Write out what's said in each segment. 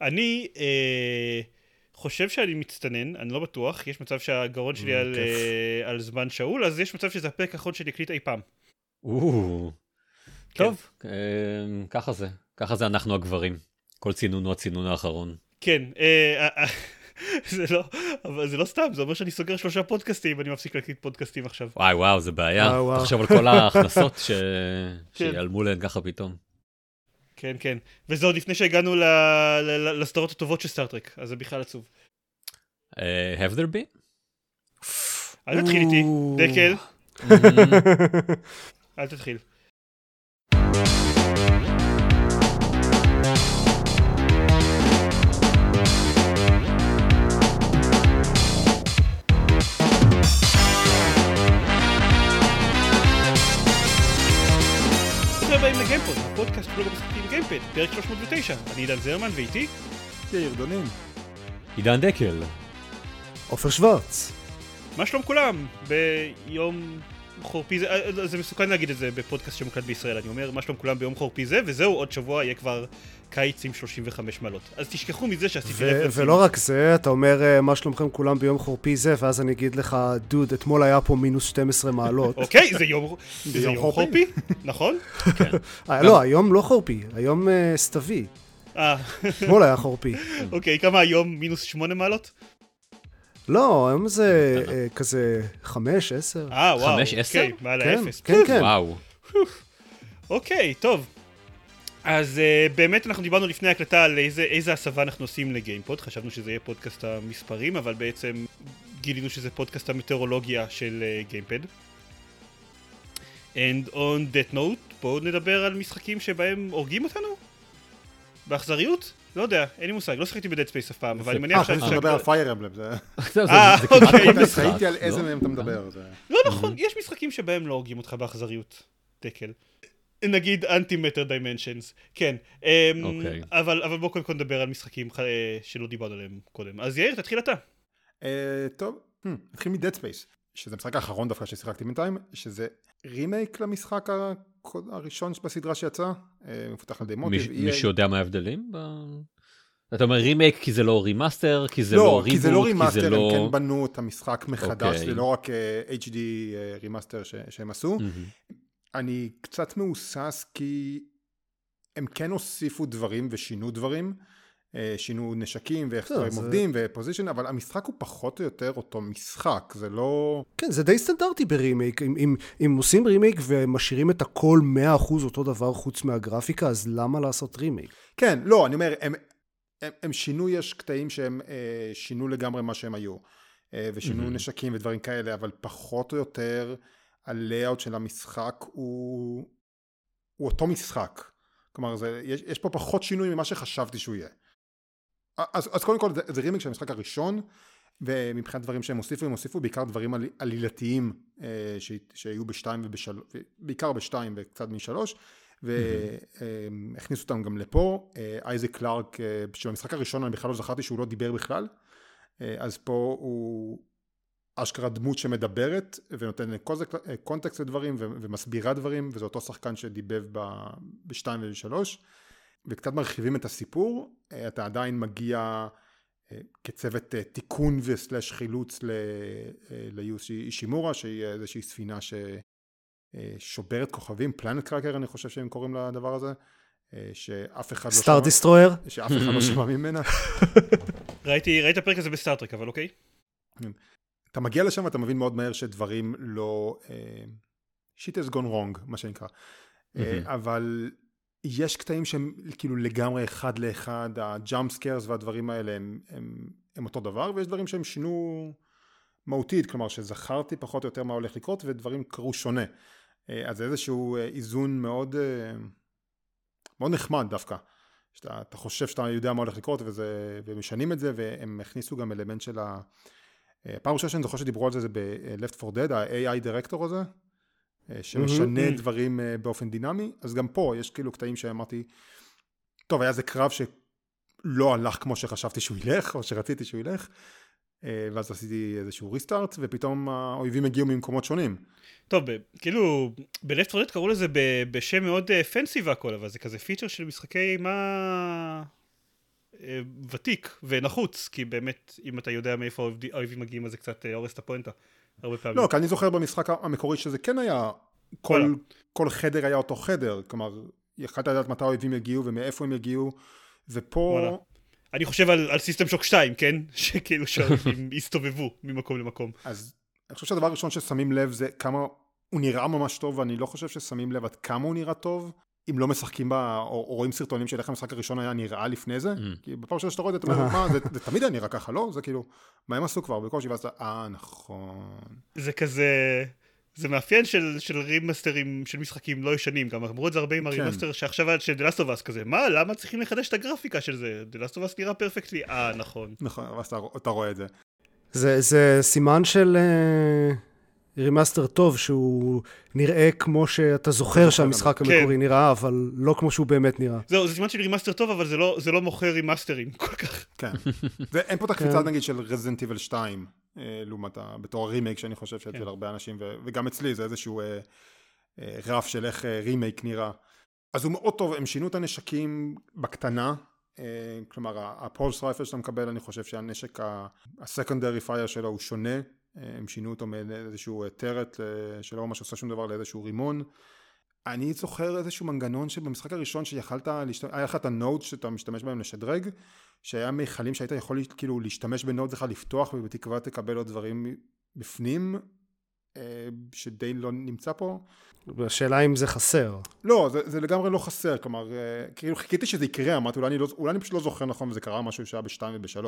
אני חושב שאני מצטנן, אני לא בטוח, יש מצב שהגרון שלי על זמן שאול, אז יש מצב שזה הפרק האחרון שאני אקליט אי פעם. טוב, ככה זה אנחנו הגברים. כל צינון הוא הצינון האחרון. כן, אבל זה לא סתם, זה אומר שאני סוגר 3 פודקאסטים, אני מפסיק להקליט פודקאסטים עכשיו. וואו, זה בעיה. תחשוב על כל ההכנסות שיעלמו להן ככה פתאום. כן, כן. וזה עוד לפני שהגענו לסדרות הטובות של סטארטרק, אז זה בכלל עצוב. Have there been? אל תתחיל איתי, דקל. אל תתחיל. הבאים לגיימפוד, הפודקאסט בלוג המשחקים גיימפד, פרק 309. אני עידן זרמן ואיתי יאיר דונין, עידן דקל, עופר שוורץ. מה שלום כולם? ביום חורפי זה, זה מסוכן להגיד את זה בפודקאסט שמוקלט בישראל, אני אומר מה שלום כולם ביום חורפי זה, וזהו עוד שבוע יהיה כבר קיץ עם 35 מעלות. אז תשכחו מזה שעשיתי רפרנסים. ולא רק זה, אתה אומר מה שלומכם כולם ביום חורפי זה, ואז אני אגיד לך, דוד, אתמול היה פה מינוס 12 מעלות. אוקיי, זה יום חורפי, נכון? לא, היום לא חורפי, היום סתווי. אתמול היה חורפי. אוקיי, כמה היום מינוס 8 מעלות? לא, היום זה כזה 5, 10. וואו, 5, 10? אוקיי, מעל האפס. כן, כן. וואו. אוקיי, טוב. אז באמת אנחנו דיברנו לפני ההקלטה על איזה הסבה אנחנו עושים לגיימפוד, חשבנו שזה יהיה פודקאסט המספרים, אבל בעצם גילינו שזה פודקאסט המטאורולוגיה של גיימפד. And on that note, בואו נדבר על משחקים שבהם הורגים אותנו? באכזריות? לא יודע, אין לי מושג, לא שחקתי בדד ספייס אף פעם, אבל אני מניח שאני מדבר על פייר אמבלם, זה... אוקיי. ראיתי על איזה מהם אתה מדבר. לא נכון, יש משחקים שבהם לא הורגים אותך באכזריות, דקל. נגיד אנטי-מטר דיימנשנס, כן. אבל בואו קודם כל נדבר על משחקים שלא דיברנו עליהם קודם. אז יאיר, תתחיל אתה. טוב, נתחיל מדד ספייס, שזה המשחק האחרון דווקא ששיחקתי בינתיים, שזה רימייק למשחק הראשון בסדרה שיצא, מפותח על די מוטיב. מישהו יודע מה ההבדלים? אתה אומר רימייק כי זה לא רימאסטר, כי זה לא ריבוט, כי זה לא רימאסטר, הם כן בנו את המשחק מחדש, זה לא רק HD רימאסטר שהם עשו. אני קצת מאוסס כי הם כן הוסיפו דברים ושינו דברים, שינו נשקים ואיך דברים עובדים ופוזישן, אבל המשחק הוא פחות או יותר אותו משחק, זה לא... כן, זה די סטנדרטי ברימייק, אם עושים רימייק ומשאירים את הכל 100% אותו דבר חוץ מהגרפיקה, אז למה לעשות רימייק? כן, לא, אני אומר, הם שינו, יש קטעים שהם שינו לגמרי מה שהם היו, ושינו נשקים ודברים כאלה, אבל פחות או יותר הלייאוט של המשחק הוא אותו משחק. כלומר, יש פה פחות שינוי ממה שחשבתי שהוא יהיה. אז קודם כל, זה רימייק של המשחק הראשון, ומבחינת דברים שהם הוסיפו בעיקר דברים עלילתיים שהיו בשתיים בעיקר בשתיים וקצת משלוש, והכניסו אותם גם לפה. אייזק קלארק, שבמשחק הראשון אני בכלל לא זכרתי שהוא לא דיבר בכלל, אז פה הוא אשכרה דמות שמדברת ונותן קונטקסט לדברים ומסבירה דברים, וזה אותו שחקן שדיבב בשתיים ובשלוש, וקצת מרחיבים את הסיפור. אתה עדיין מגיע כצוות תיקון וסלש חילוץ ליוסי אישימורה, שהיא איזושהי ספינה ששוברת כוכבים, פלנט קראקר אני חושב שהם קוראים לדבר הזה, שאף אחד לא סטאר דיסטרויר? שאף אחד לא שמע ממנה. ראיתי את הפרק הזה בסטארטרק, אבל אוקיי. אתה מגיע לשם ואתה מבין מאוד מהר שדברים לא... shit has gone wrong, מה שנקרא. אבל יש קטעים שהם כאילו לגמרי אחד לאחד, הג'אמפ סקיירס והדברים האלה הם אותו דבר, ויש דברים שהם שינו מהותית, כלומר שזכרתי פחות או יותר מה הולך לקרות, ודברים קרו שונה. אז זה איזשהו איזון מאוד, מאוד נחמד דווקא. אתה חושב שאתה יודע מה הולך לקרות, ומשנים את זה, והם הכניסו גם אלמנט של פעם ראשונה שאני זוכר שדיברו על זה ב-Left 4 Dead, ה-AI דירקטור הזה, שמשנה דברים באופן דינמי. אז גם פה יש כאילו קטעים שאמרתי, טוב, היה זה קרב שלא הלך כמו שחשבתי שהוא ילך, או שרציתי שהוא ילך, ואז עשיתי איזשהו ריסטארט, ופתאום האויבים הגיעו ממקומות שונים. טוב, כאילו, ב-Left 4 Dead קראו לזה בשם מאוד פנסי והכל, אבל זה כזה פיצ'ר של משחקי מה... ותיק ונחוץ, כי באמת, אם אתה יודע מאיפה האויבים מגיעים, אז זה קצת הורס את הפואנטה, הרבה פעמים. לא, כי אני זוכר במשחק המקורי שזה כן היה, כל חדר היה אותו חדר, כלומר, יכולת לדעת מתי האויבים יגיעו ומאיפה הם יגיעו, ופה... אני חושב על סיסטם שוק 2, כן? שכאילו שהאויבים הסתובבו ממקום למקום. אז אני חושב שהדבר הראשון ששמים לב זה כמה הוא נראה ממש טוב, ואני לא חושב ששמים לב עד כמה הוא נראה טוב, אם לא משחקים בה, או רואים סרטונים של איך המשחק הראשון היה נראה לפני זה, כי בפעם שאתה רואה את זה, אתה אומר, מה, זה תמיד היה נראה ככה, לא? זה כאילו, מה הם עשו כבר? בקושי, ואז אתה, נכון. זה כזה, זה מאפיין של רימאסטרים של משחקים לא ישנים, גם אמרו את זה הרבה עם הרימאסטר שעכשיו היה של The Last of Us כזה, מה, למה צריכים לחדש את הגרפיקה של זה? The Last of Us נראה פרפקטלי, נכון. נכון, ואז אתה רואה את זה. זה סימן של רימאסטר טוב, שהוא נראה כמו שאתה זוכר שהמשחק המקורי נראה, אבל לא כמו שהוא באמת נראה. זהו, זה סימן של רימאסטר טוב, אבל זה לא מוכר רימאסטרים כל כך. כן. אין פה את הקפיצה נגיד של Resident Evil 2, לעומת בתור הרימייק שאני חושב שאצל הרבה אנשים, וגם אצלי זה איזשהו רף של איך רימייק נראה. אז הוא מאוד טוב, הם שינו את הנשקים בקטנה, כלומר הפולס רייפל שאתה מקבל, אני חושב שהנשק הסקנדרי פייר שלו הוא שונה, הם שינו אותו מאיזשהו טרט שלא ממש עושה שום דבר לאיזשהו רימון. אני זוכר איזשהו מנגנון שבמשחק הראשון שיכלת, היה לך את הנוד שאתה משתמש בהם לשדרג, שהיה מיכלים שהיית יכול כאילו להשתמש בנוד זה לפתוח ובתקווה תקבל עוד דברים בפנים, שדי לא נמצא פה. השאלה אם זה חסר. לא, זה לגמרי לא חסר, כלומר, כאילו חיכיתי שזה יקרה, אמרתי, אולי אני פשוט לא זוכר נכון, וזה קרה משהו שהיה ב-2 וב-3.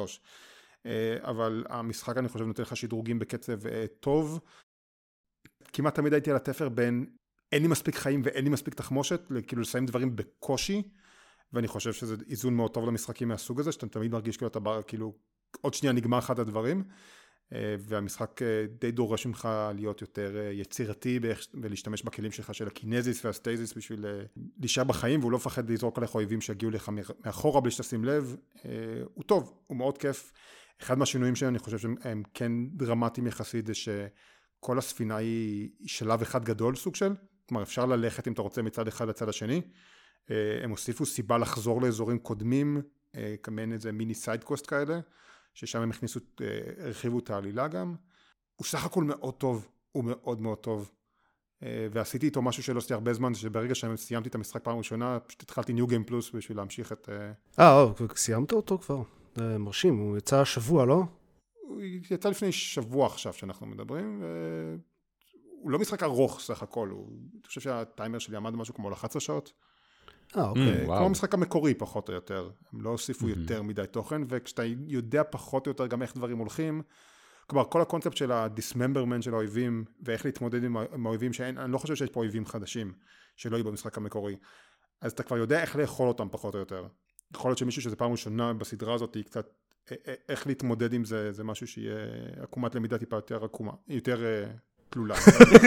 אבל המשחק אני חושב נותן לך שדרוגים בקצב טוב. כמעט תמיד הייתי על התפר בין אין לי מספיק חיים ואין לי מספיק תחמושת, כאילו לסיים דברים בקושי, ואני חושב שזה איזון מאוד טוב למשחקים מהסוג הזה, שאתה תמיד מרגיש כאילו אתה בא, כאילו עוד שנייה נגמר אחד הדברים, והמשחק די דורש ממך להיות יותר יצירתי ולהשתמש בכלים שלך של הקינזיס והסטייזיס בשביל להישאר בחיים, והוא לא מפחד לזרוק עליך אויבים שיגיעו לך מאחורה בלי שתשים לב. הוא טוב, הוא מאוד כיף. אחד מהשינויים שאני חושב שהם כן דרמטיים יחסית, זה שכל הספינה היא שלב אחד גדול סוג של, כלומר אפשר ללכת אם אתה רוצה מצד אחד לצד השני. הם הוסיפו סיבה לחזור לאזורים קודמים, כמעין איזה מיני סיידקוסט כאלה, ששם הם הכניסו, הרחיבו את העלילה גם. הוא סך הכל מאוד טוב, הוא מאוד מאוד טוב. ועשיתי איתו משהו שלא עשיתי הרבה זמן, שברגע שסיימתי את המשחק פעם ראשונה, פשוט התחלתי ניו גיים פלוס בשביל להמשיך את... סיימת אותו כבר? מרשים, הוא יצא השבוע, לא? הוא יצא לפני שבוע עכשיו שאנחנו מדברים, הוא לא משחק ארוך סך הכל, אני חושב שהטיימר שלי עמד משהו כמו 11 שעות. אוקיי. כמו המשחק המקורי פחות או יותר, הם לא הוסיפו יותר מדי תוכן, וכשאתה יודע פחות או יותר גם איך דברים הולכים, כלומר כל הקונספט של הדיסממברמנט של האויבים, ואיך להתמודד עם האויבים אני לא חושב שיש פה אויבים חדשים, שלא יהיו במשחק המקורי, אז אתה כבר יודע איך לאכול אותם פחות או יותר. יכול להיות שמישהו שזה פעם ראשונה בסדרה הזאת, היא קצת, איך להתמודד עם זה, זה משהו שיהיה עקומת למידה טיפה יותר עקומה, יותר כלולה.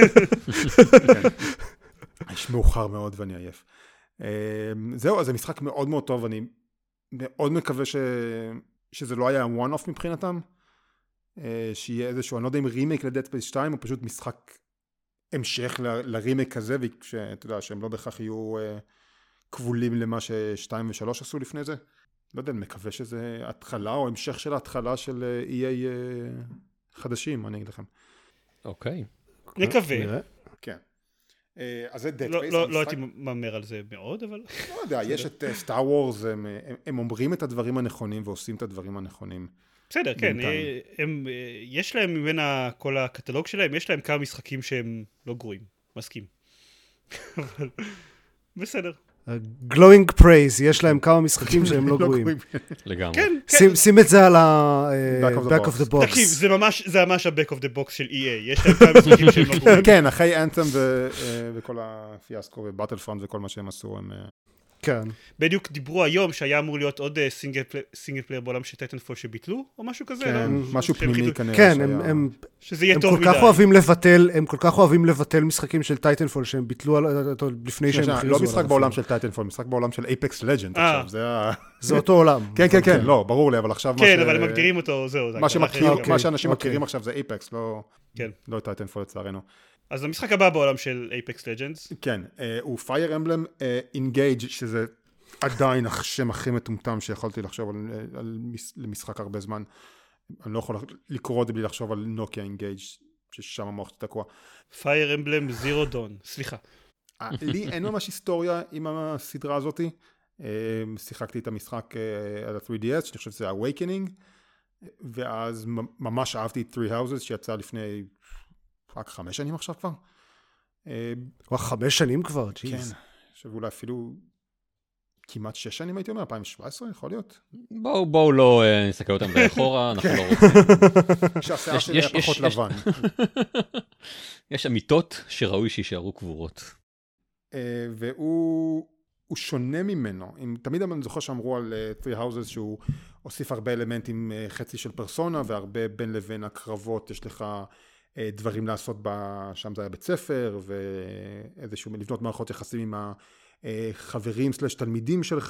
יש מאוחר מאוד ואני עייף. זהו, אז זה משחק מאוד מאוד טוב, אני מאוד מקווה שזה לא היה one-off מבחינתם, שיהיה איזשהו, אני לא יודע אם רימייק לדד ספייס 2, או פשוט משחק המשך לרימייק הזה, ושאתה יודע, שהם לא בהכרח יהיו כבולים למה ש2 ו3 עשו לפני זה. לא יודע, אני מקווה שזה התחלה, או המשך של ההתחלה של EA חדשים, אני אגיד לכם. אוקיי. נקווה. כן. אז זה Dead Space. לא הייתי ממר על זה מאוד, אבל... לא יודע, יש את סטאר וורס, הם אומרים את הדברים הנכונים ועושים את הדברים הנכונים. בסדר, כן, יש להם מבין כל הקטלוג שלהם, יש להם כמה משחקים שהם לא גרועים, מסכים. אבל בסדר. glowing praise, יש להם כמה משחקים שהם לא גרועים. לגמרי. כן, שים את זה על ה-back of the box. תקשיב, זה ממש ה-back of the box של EA, יש להם כמה משחקים שהם לא גרועים. כן, אחרי אנת'ם וכל הפיאסקו ובטלפרונט וכל מה שהם עשו, הם... כן. בדיוק דיברו היום שהיה אמור להיות עוד סינגל פלייר בעולם של טייטנפול שביטלו, או משהו כזה. כן, משהו פנימי כנראה. כן, שזה יהיה טוב מדי. הם כל כך אוהבים לבטל משחקים של טייטנפול שהם ביטלו לפני שהם הכריזו. לא משחק בעולם של טייטנפול, משחק בעולם של אייפקס לג'נד עכשיו. זה אותו עולם. כן, כן, כן, לא, ברור לי, אבל עכשיו... כן, אבל הם מגדירים אותו, זהו. מה שאנשים מכירים עכשיו זה אייפקס, לא טייטנפול לצערנו. אז המשחק הבא בעולם של Apex Legends. כן, הוא Fire Emblem Engage, שזה עדיין השם הכי מטומטם שיכולתי לחשוב למשחק הרבה זמן. אני לא יכול לקרוא את זה בלי לחשוב על נוקיה אינגייג' ששם המוח תקוע. פייר אמבלם זירו דון, סליחה. לי אין ממש היסטוריה עם הסדרה הזאת. שיחקתי את המשחק על ה-3DS, שאני חושב שזה Awakening, ואז ממש אהבתי את Three Houses שיצא לפני רק 5 שנים עכשיו כבר. 5 שנים כבר, כן, ג'יז. עכשיו אולי אפילו כמעט 6 שנים הייתי אומר, 2017 יכול להיות. בואו לא נסתכל אותם באחורה, אנחנו לא רוצים. שהשיער שלי היה פחות לבן. יש אמיתות שראוי שישארו קבורות. והוא שונה ממנו. תמיד אני זוכר שאמרו על Three Houses שהוא הוסיף הרבה אלמנטים, חצי של פרסונה, והרבה בין לבין הקרבות, יש לך דברים לעשות שם זה היה בית ספר, ואיזשהו לבנות מערכות יחסים עם החברים סלש תלמידים שלך,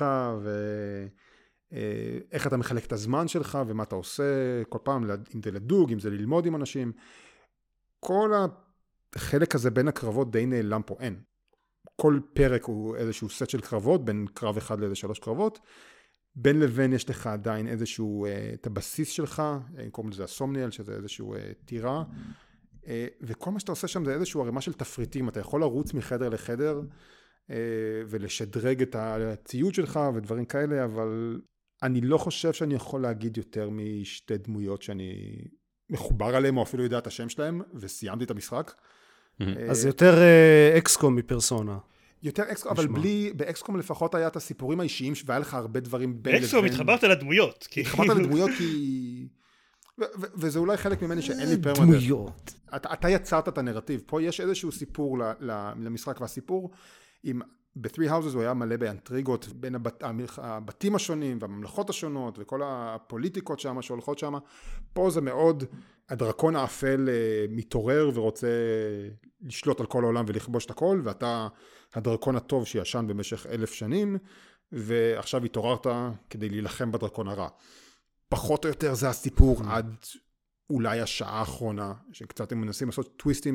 ואיך אתה מחלק את הזמן שלך, ומה אתה עושה כל פעם, אם זה לדוג, אם זה ללמוד עם אנשים. כל החלק הזה בין הקרבות די נעלם פה, אין. כל פרק הוא איזשהו סט של קרבות, בין קרב אחד לאיזה 3 קרבות, בין לבין יש לך עדיין איזשהו, את הבסיס שלך, קוראים לזה הסומניאל, שזה איזשהו טירה, וכל מה שאתה עושה שם זה איזשהו ערימה של תפריטים, אתה יכול לרוץ מחדר לחדר, ולשדרג את הציוד שלך ודברים כאלה, אבל אני לא חושב שאני יכול להגיד יותר משתי דמויות שאני מחובר עליהם, או אפילו יודע את השם שלהם, וסיימתי את המשחק. אז יותר אקסקום מפרסונה. יותר אקסקום, אבל באקסקום לפחות היה את הסיפורים האישיים, והיה לך הרבה דברים בין לבין. אקסקום התחברת לדמויות. התחברת לדמויות כי... וזה אולי חלק ממני שאין לי פרמטר. דמויות. אתה יצרת את הנרטיב. פה יש איזשהו סיפור למשחק, והסיפור, ב-Three Houses הוא היה מלא באנטריגות, בין הבתים השונים והממלכות השונות, וכל הפוליטיקות שם שהולכות שם. פה זה מאוד, הדרקון האפל מתעורר ורוצה לשלוט על כל העולם ולכבוש את הכל, ואתה הדרקון הטוב שישן במשך 1000 שנים, ועכשיו התעוררת כדי להילחם בדרקון הרע. פחות או יותר זה הסיפור עד אולי השעה האחרונה, שקצת הם מנסים לעשות טוויסטים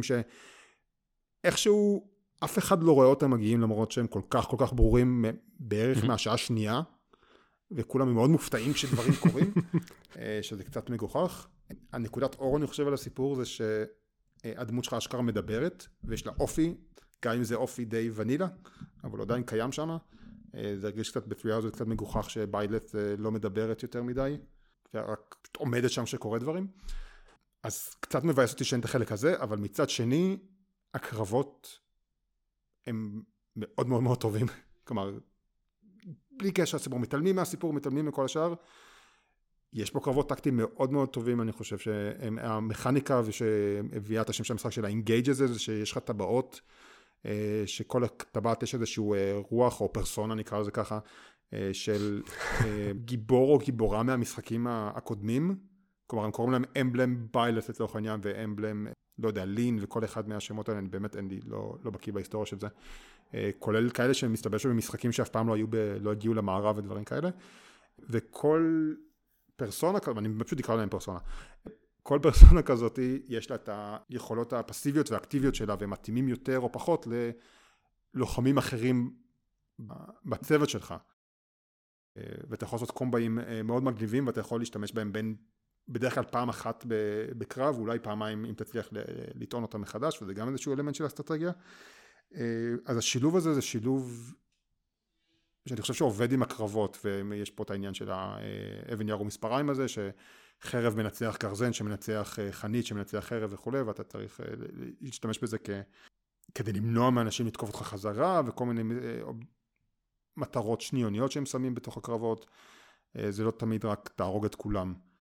שאיכשהו אף אחד לא רואה אותם מגיעים, למרות שהם כל כך ברורים בערך מהשעה השנייה, וכולם מאוד מופתעים כשדברים קורים, שזה קצת מגוחך. הנקודת אור אני חושב על הסיפור זה שהדמות שלך אשכרה מדברת, ויש לה אופי, גם אם זה אופי די ונילה, אבל עדיין קיים שם. זה הרגיש קצת ב-Three Houses קצת מגוחך שביילת לא מדברת יותר מדי, ורק עומדת שם שקורה דברים. אז קצת מבאס אותי שאין את החלק הזה, אבל מצד שני, הקרבות הם מאוד מאוד מאוד טובים. כלומר, בלי קשר לסיפור, מתעלמים מהסיפור, מתעלמים מכל השאר. יש פה קרבות טקטיים מאוד מאוד טובים, אני חושב שהמכניקה ושהביאה את השם של המשחק של האינגייג' הזה, זה שיש לך טבעות, שכל הטבעת יש איזשהו רוח או פרסונה, נקרא לזה ככה, של גיבור או גיבורה מהמשחקים הקודמים. כלומר, הם קוראים להם אמבלם ביילט לצורך העניין, ואמבלם, לא יודע, לין, וכל אחד מהשמות האלה, אני באמת אין לי, לא בקיא בהיסטוריה של זה. כולל כאלה שמסתבר שבמשחקים שאף פעם לא הגיעו למערב ודברים כאלה. וכל פרסונה, אני פשוט אקרא להם פרסונה, כל פרסונה כזאת יש לה את היכולות הפסיביות והאקטיביות שלה, והם מתאימים יותר או פחות ללוחמים אחרים בצוות שלך. ואתה יכול לעשות קומבאים מאוד מגניבים, ואתה יכול להשתמש בהם בדרך כלל פעם אחת בקרב, אולי פעמיים אם תצליח לטעון אותם מחדש, וזה גם איזשהו אלמנט של אסטרטגיה. אז השילוב הזה זה שילוב שאני חושב שעובד עם הקרבות, ויש פה את העניין של האבן יער ומספריים הזה, שחרב מנצח גרזן, שמנצח חנית, שמנצח חרב וכו', ואתה צריך להשתמש בזה כדי למנוע מאנשים לתקוף אותך חזרה, וכל מיני מטרות שניוניות שהם שמים בתוך הקרבות. זה לא תמיד רק תהרוג את כולם.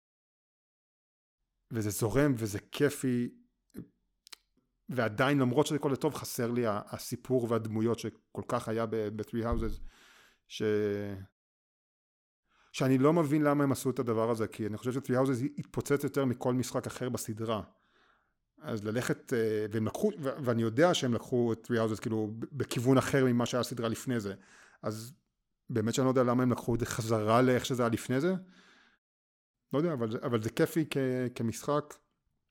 וזה זורם וזה כיפי, ועדיין למרות שזה כל טוב, חסר לי הסיפור והדמויות שכל כך היה ב-Three Houses, שאני לא מבין למה הם עשו את הדבר הזה, כי אני חושב ש-Three Houses התפוצץ יותר מכל משחק אחר בסדרה. אז ללכת, והם לקחו, ואני יודע שהם לקחו את Three Houses כאילו בכיוון אחר ממה שהיה הסדרה לפני זה. אז באמת שאני לא יודע למה הם לקחו את זה חזרה לאיך שזה היה לפני זה. לא יודע, אבל זה כיפי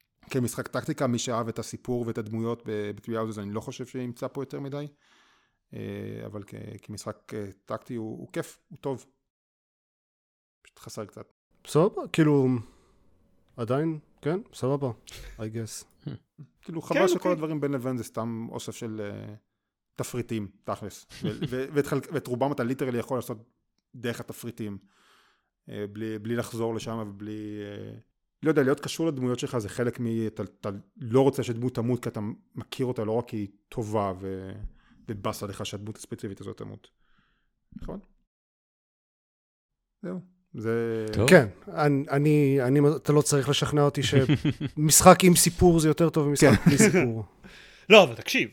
כמשחק טקטיקה. מי שאהב את הסיפור ואת הדמויות ב-Three Houses, אני לא חושב שימצא פה יותר מדי. אבל כמשחק טקטי הוא כיף, הוא טוב. פשוט חסר קצת. סבבה, כאילו, עדיין, כן, סבבה, I guess. כאילו חבל שכל הדברים בין לבין זה סתם אוסף של תפריטים, תכלס. ואת רובם אתה ליטרלי יכול לעשות דרך התפריטים, בלי לחזור לשם ובלי... לא יודע, להיות קשור לדמויות שלך זה חלק אתה לא רוצה שדמות תמות, כי אתה מכיר אותה לא רק כי היא טובה ובס עליך שהדמות הספציפית הזאת תמות. נכון? זהו. זה... כן, אתה לא צריך לשכנע אותי שמשחק עם סיפור זה יותר טוב ממשחק בלי סיפור. לא, אבל תקשיב.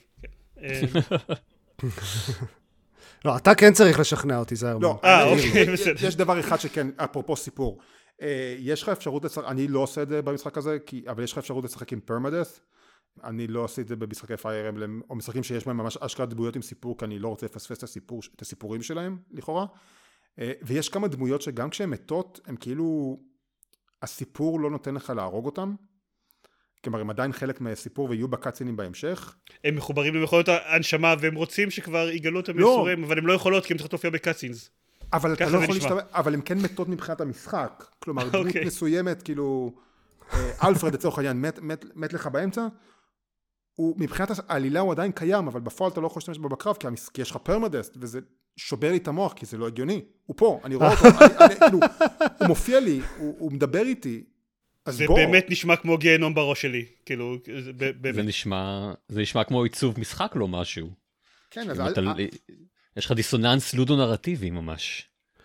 לא, אתה כן צריך לשכנע אותי, זה לא, אוקיי, בסדר. יש דבר אחד שכן, אפרופו סיפור. יש לך אפשרות לשחק, אני לא עושה את זה במשחק הזה, אבל יש לך אפשרות לשחק עם פרמדף. אני לא עושה את זה במשחקי פייר אמבלם, או משחקים שיש בהם ממש אשכרה דמויות עם סיפור, כי אני לא רוצה לפספס את הסיפורים שלהם, לכאורה. ויש כמה דמויות שגם כשהן מתות, הם כאילו, הסיפור לא נותן לך להרוג אותם. כלומר, הם עדיין חלק מהסיפור ויהיו בקאצינים בהמשך. הם מחוברים למכונות ההנשמה, והם רוצים שכבר יגלו את המסורים, אבל הם לא יכולות, כי הם צריכים להופיע בקאצינס. אבל אתה לא יכול להשתמש, אבל הם כן מתות מבחינת המשחק. כלומר, דמות מסוימת, כאילו, אלפרד לצורך העניין, מת לך באמצע, מבחינת העלילה הוא עדיין קיים, אבל בפועל אתה לא יכול להשתמש בו בקרב, כי יש לך פרמדסט, וזה שובר לי את המוח, כי זה לא הגיוני. הוא פה, אני רואה אותו, כאילו, הוא מופיע לי, הוא מדבר איתי, זה באמת נשמע כמו גיהנום בראש שלי, כאילו, זה נשמע כמו עיצוב משחק לא משהו. כן, אז יש לך דיסוננס לודו-נרטיבי ממש.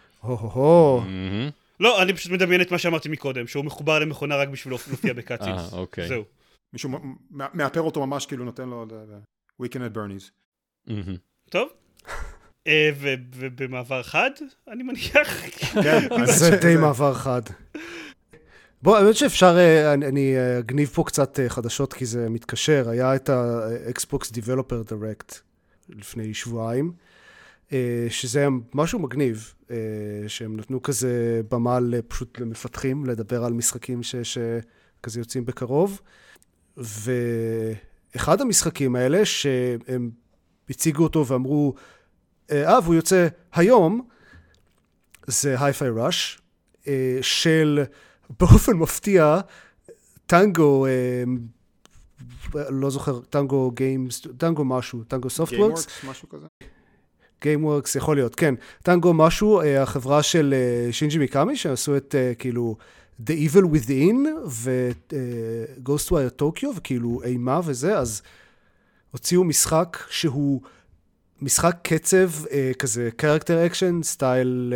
לא, אני פשוט מדמיין את מה שאמרתי מקודם, שהוא מחובר למכונה רק בשביל להופיע בקאצינס. אוקיי. זהו. מישהו מאפר אותו ממש, כאילו נותן לו Weekend at Bernie's. טוב. ובמעבר חד, אני מניח. זה די מעבר חד. בוא, האמת שאפשר, אני אגניב פה קצת חדשות, כי זה מתקשר. היה את ה-Xbox Developer Direct לפני שבועיים, שזה היה משהו מגניב, שהם נתנו כזה במה פשוט למפתחים, לדבר על משחקים שכזה יוצאים בקרוב. ואחד המשחקים האלה, שהם הציגו אותו ואמרו, והוא יוצא היום, זה Hi-Fi Rush, של באופן מפתיע, טנגו, לא זוכר, טנגו גיימס, טנגו משהו, טנגו סופטוורקס. GameWorks, משהו כזה? GameWorks, יכול להיות, כן. טנגו משהו, החברה של שינג'י מיקאמי, שעשו את כאילו The Evil Within ו-Ghostwire Tokyo, וכאילו אימה וזה, אז הוציאו משחק שהוא משחק קצב כזה, character action, סטייל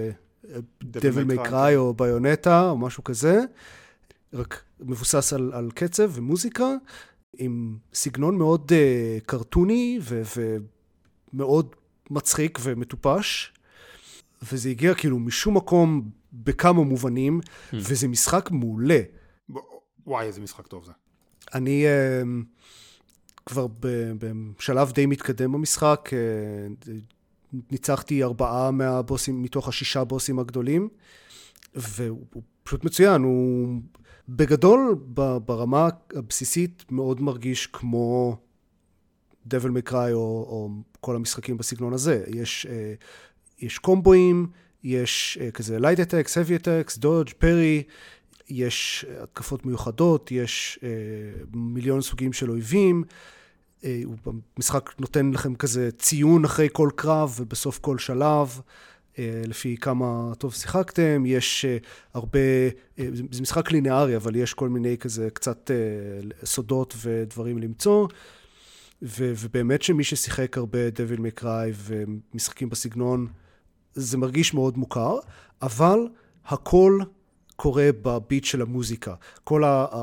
Devil May Cry או ביונטה או משהו כזה, רק מבוסס על קצב ומוזיקה, עם סגנון מאוד קרטוני ומאוד מצחיק ומטופש, וזה הגיע כאילו משום מקום בכמה מובנים, וזה משחק מעולה. וואי, איזה משחק טוב זה. אני כבר בשלב די מתקדם במשחק, ניצחתי 4 מהבוסים, מתוך 6 בוסים הגדולים, והוא פשוט מצוין, הוא בגדול, ברמה הבסיסית, מאוד מרגיש כמו Devil May Cry או כל המשחקים בסגנון הזה. יש קומבואים, יש כזה light attacks, heavy attacks, dodge, parry, יש התקפות מיוחדות, יש מיליון סוגים של אויבים, המשחק נותן לכם כזה ציון אחרי כל קרב ובסוף כל שלב, לפי כמה טוב שיחקתם, יש הרבה, זה משחק לינארי, אבל יש כל מיני כזה קצת סודות ודברים למצוא, ובאמת שמי ששיחק הרבה Devil May Cry ומשחקים בסגנון, זה מרגיש מאוד מוכר, אבל הכל קורה בביט של המוזיקה. כל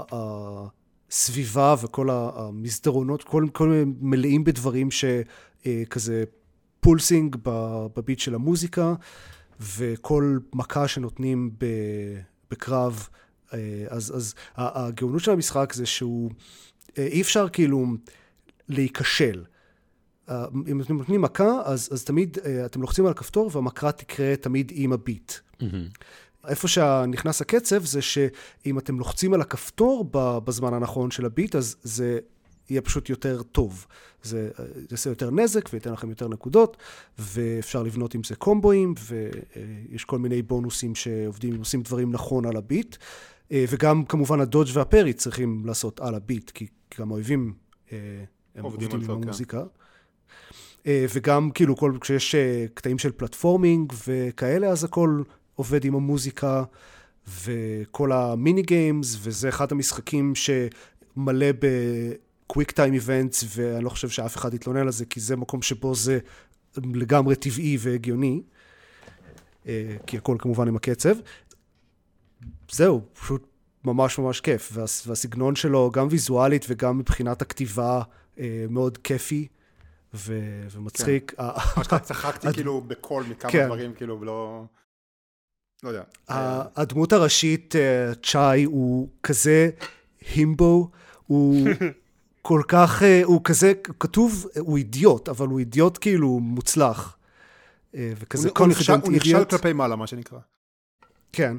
הסביבה וכל המסדרונות, כל מיני מלאים בדברים שכזה פולסינג בביט של המוזיקה, וכל מכה שנותנים בקרב. אז הגאונות של המשחק זה שהוא, אי אפשר כאילו להיכשל. אם אתם נותנים מכה, אז תמיד אתם לוחצים על הכפתור, והמקרה תקרה תמיד עם הביט. איפה שנכנס הקצב זה שאם אתם לוחצים על הכפתור בזמן הנכון של הביט, אז זה יהיה פשוט יותר טוב. זה יעשה יותר נזק וייתן לכם יותר נקודות, ואפשר לבנות עם זה קומבואים, ויש כל מיני בונוסים שעובדים, עושים דברים נכון על הביט, וגם כמובן הדודג' והפרי צריכים לעשות על הביט, כי גם האויבים הם עובדים עם המוזיקה. וגם כאילו כשיש קטעים של פלטפורמינג וכאלה, אז הכל עובד עם המוזיקה, וכל המיני גיימס, וזה אחד המשחקים שמלא בקוויק טיים איבנטס, ואני לא חושב שאף אחד יתלונן על זה, כי זה מקום שבו זה לגמרי טבעי והגיוני, כי הכל כמובן עם הקצב. זהו, פשוט ממש ממש כיף, והסגנון שלו גם ויזואלית וגם מבחינת הכתיבה מאוד כיפי ומצחיק. צחקתי כאילו בכל מכמה דברים, כאילו לא יודע. הדמות הראשית, צ'אי, הוא כזה הימבו, הוא כל כך, הוא כזה כתוב, הוא אידיוט, אבל הוא אידיוט כאילו מוצלח. וכזה קונפידנט אידיוט. הוא נכשל כלפי מעלה, מה שנקרא. כן.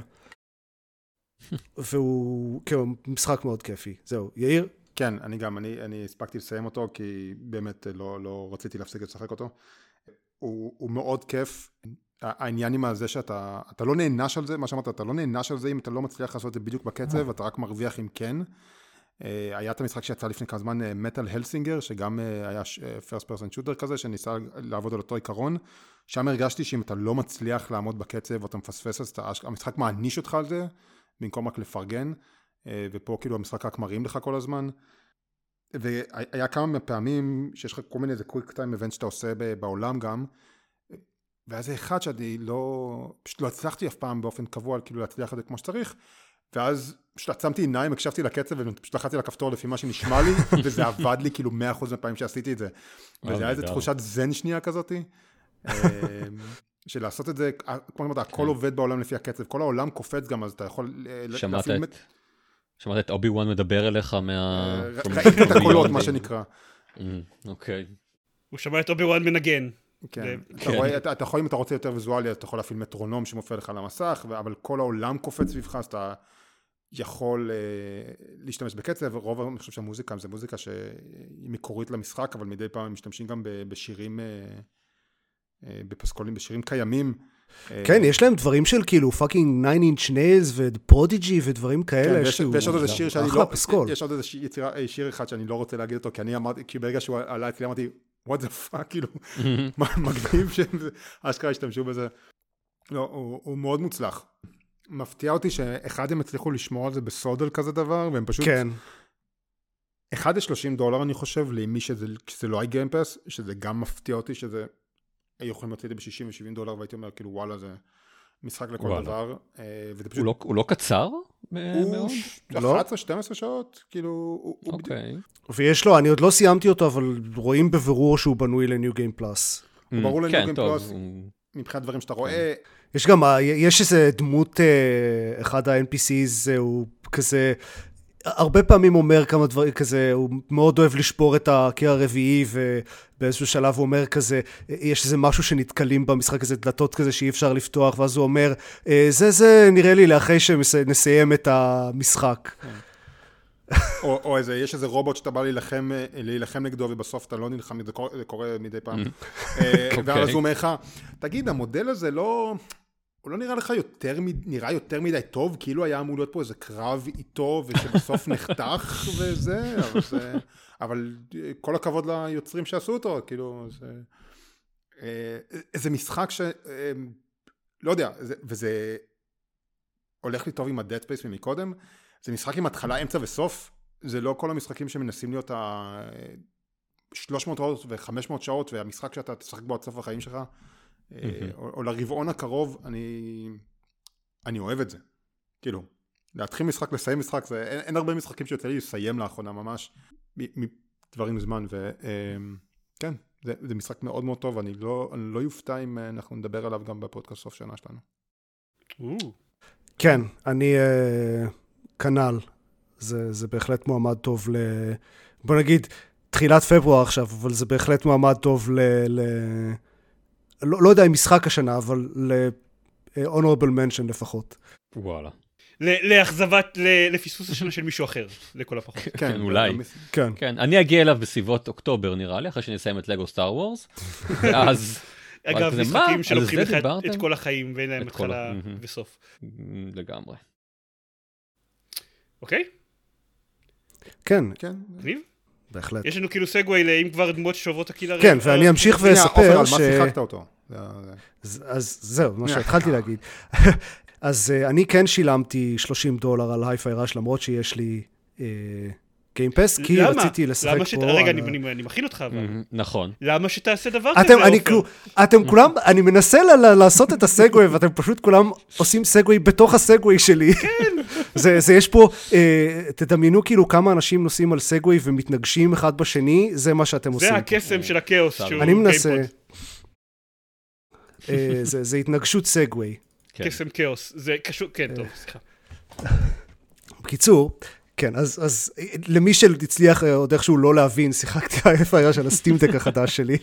והוא כאילו משחק מאוד כיפי. זהו, יאיר? כן, אני הספקתי לסיים אותו, כי באמת לא רציתי להפסיק לשחק אותו. הוא מאוד כיף. העניין עם זה שאתה לא נענש על זה, מה שאמרת, אתה לא נענש על זה אם אתה לא מצליח לעשות את זה בדיוק בקצב, אתה רק מרוויח אם כן. היה את המשחק שיצא לפני כמה זמן, מטל הלסינגר, שגם היה first person shooter כזה, שניסה לעבוד על אותו עיקרון. שם הרגשתי שאם אתה לא מצליח לעמוד בקצב, ואתה מפספס, אז המשחק מעניש אותך על זה, במקום רק לפרגן, ופה כאילו המשחק רק מראים לך כל הזמן. והיה כמה פעמים שיש לך כל מיני איזה quick time event שאתה עושה בעולם גם, ואז זה אחד שאני פשוט לא הצלחתי אף פעם באופן קבוע, כאילו להצליח את זה כמו שצריך, ואז פשוט עצמתי עיניים, הקשבתי לקצב, ופשוט לחצתי לכפתור לפי מה שנשמע לי, וזה עבד לי כאילו 100% מהפעמים שעשיתי את זה. וזה היה איזו תחושת זן שנייה כזאת, של לעשות את זה, כמו שאמרת, הכל עובד בעולם לפי הקצב, כל העולם קופץ גם, אז אתה יכול שמעת את אובי-וואן מדבר אליך ראית את הקולות, מה שנקרא. אוקיי. הוא שמע את אובי-וואן מנגן. כן, אתה יכול, אם אתה רוצה יותר ויזואלי, אתה יכול להפעיל מטרונום שמופיע לך על המסך, אבל כל העולם קופץ סביבך, אז אתה יכול להשתמש בקצב. רוב, אני חושב שהמוזיקה, זה מוזיקה שהיא מקורית למשחק, אבל מדי פעם הם משתמשים גם בשירים, בפסקולים, בשירים קיימים. כן, יש להם דברים של כאילו פאקינג 9 Inch Nails ופרודיג'י ודברים כאלה. ויש עוד איזה שיר שאני לא, יש עוד איזה שיר אחד שאני לא רוצה להגיד אותו, כי אני אמרתי, כי ברגע שהוא עלה אצלי אמרתי, what the fuck, כאילו, מגניב שאשכרה השתמשו בזה. לא, הוא מאוד מוצלח. מפתיע אותי שאחד הם הצליחו לשמור על זה בסוד על כזה דבר, והם פשוט... כן. אחד $30 אני חושב, למי שזה לא היה גיימפס, שזה גם מפתיע אותי, שזה... היו יכולים להוציא את זה $60 ו$70, והייתי אומר, כאילו, וואלה, זה משחק לכל דבר. הוא לא קצר מאוד? הוא 11-12 שעות, כאילו... אוקיי. ויש לו, אני עוד לא סיימתי אותו, אבל רואים בבירור שהוא בנוי לניו גיים פלאס. הוא ברור לניו גיים פלאס, מבחינת דברים שאתה רואה. יש גם, יש איזה דמות, אחד ה-NPCs, הוא כזה... הרבה פעמים אומר כמה דברים כזה, הוא מאוד אוהב לשבור את הקיר הרביעי, ובאיזשהו שלב הוא אומר כזה, יש איזה משהו שנתקלים במשחק הזה, דלתות כזה שאי אפשר לפתוח, ואז הוא אומר, זה נראה לי לאחרי שנסיים את המשחק. או יש איזה רובוט שאתה בא להילחם נגדו, ובסוף אתה לא נלחם, זה קורה מדי פעם. ואז הוא אומר לך, תגיד, המודל הזה הוא לא נראה לך נראה יותר מדי טוב, כאילו היה אמור להיות פה איזה קרב איתו, ושבסוף נחתך וזה, אבל כל הכבוד ליוצרים שעשו אותו, כאילו, זה משחק לא יודע, וזה הולך לי טוב עם ה-Dead Space ממקודם, זה משחק עם התחלה, אמצע וסוף, זה לא כל המשחקים שמנסים להיות 300 שעות ו-500 שעות, והמשחק שאתה תשחק בו עד סוף החיים שלך, או לרבעון הקרוב, אני אוהב את זה. כאילו, להתחיל משחק, לסיים משחק, אין הרבה משחקים שיוצא לי לסיים לאחרונה ממש, מדברים זמן, וכן, זה משחק מאוד מאוד טוב, אני לא יופתע אם אנחנו נדבר עליו גם בפודקאסט סוף שנה שלנו. כן, אני כנ"ל, זה בהחלט מועמד טוב בוא נגיד, תחילת פברואר עכשיו, אבל זה בהחלט מועמד טוב לא יודע אם משחק השנה, אבל ל-honorable mention לפחות. וואלה. לאכזבת, לפספוס השנה של מישהו אחר, לכל הפחות. כן, אולי. כן. כן, אני אגיע אליו בסביבות אוקטובר נראה לי, אחרי שאני אסיים את לגו סטאר וורס, ואז... אגב, משחקים שלוקחים לך את כל החיים, ואין להם התחלה וסוף. לגמרי. אוקיי? כן. ניב? בהחלט. יש לנו כאילו סגווי לאם כבר דמות ששוברות הקהילה. כן, ואני אמשיך ואספר על מה שיחקת אותו? אז זהו, מה שהתחלתי להגיד. אז אני כן שילמתי $30 על היי-פיי ראש, למרות שיש לי גיימפס, כי רציתי לשחק פה... רגע, אני מכין אותך, אבל... נכון. למה שתעשה דבר כזה, עופר? אתם כולם, אני מנסה לעשות את הסגווי, ואתם פשוט כולם עושים סגווי בתוך הסגווי שלי. כן. זה יש פה, תדמיינו כאילו כמה אנשים נוסעים על סגווי ומתנגשים אחד בשני, זה מה שאתם עושים. זה הקסם של הכאוס. אני מנסה... זה התנגשות סגווי. קסם כאוס. זה קשור... כן, טוב, סליחה. בקיצור... כן, אז למי שהצליח עוד איכשהו לא להבין, שיחקתי ה-FIR של הסטימדק החדש שלי.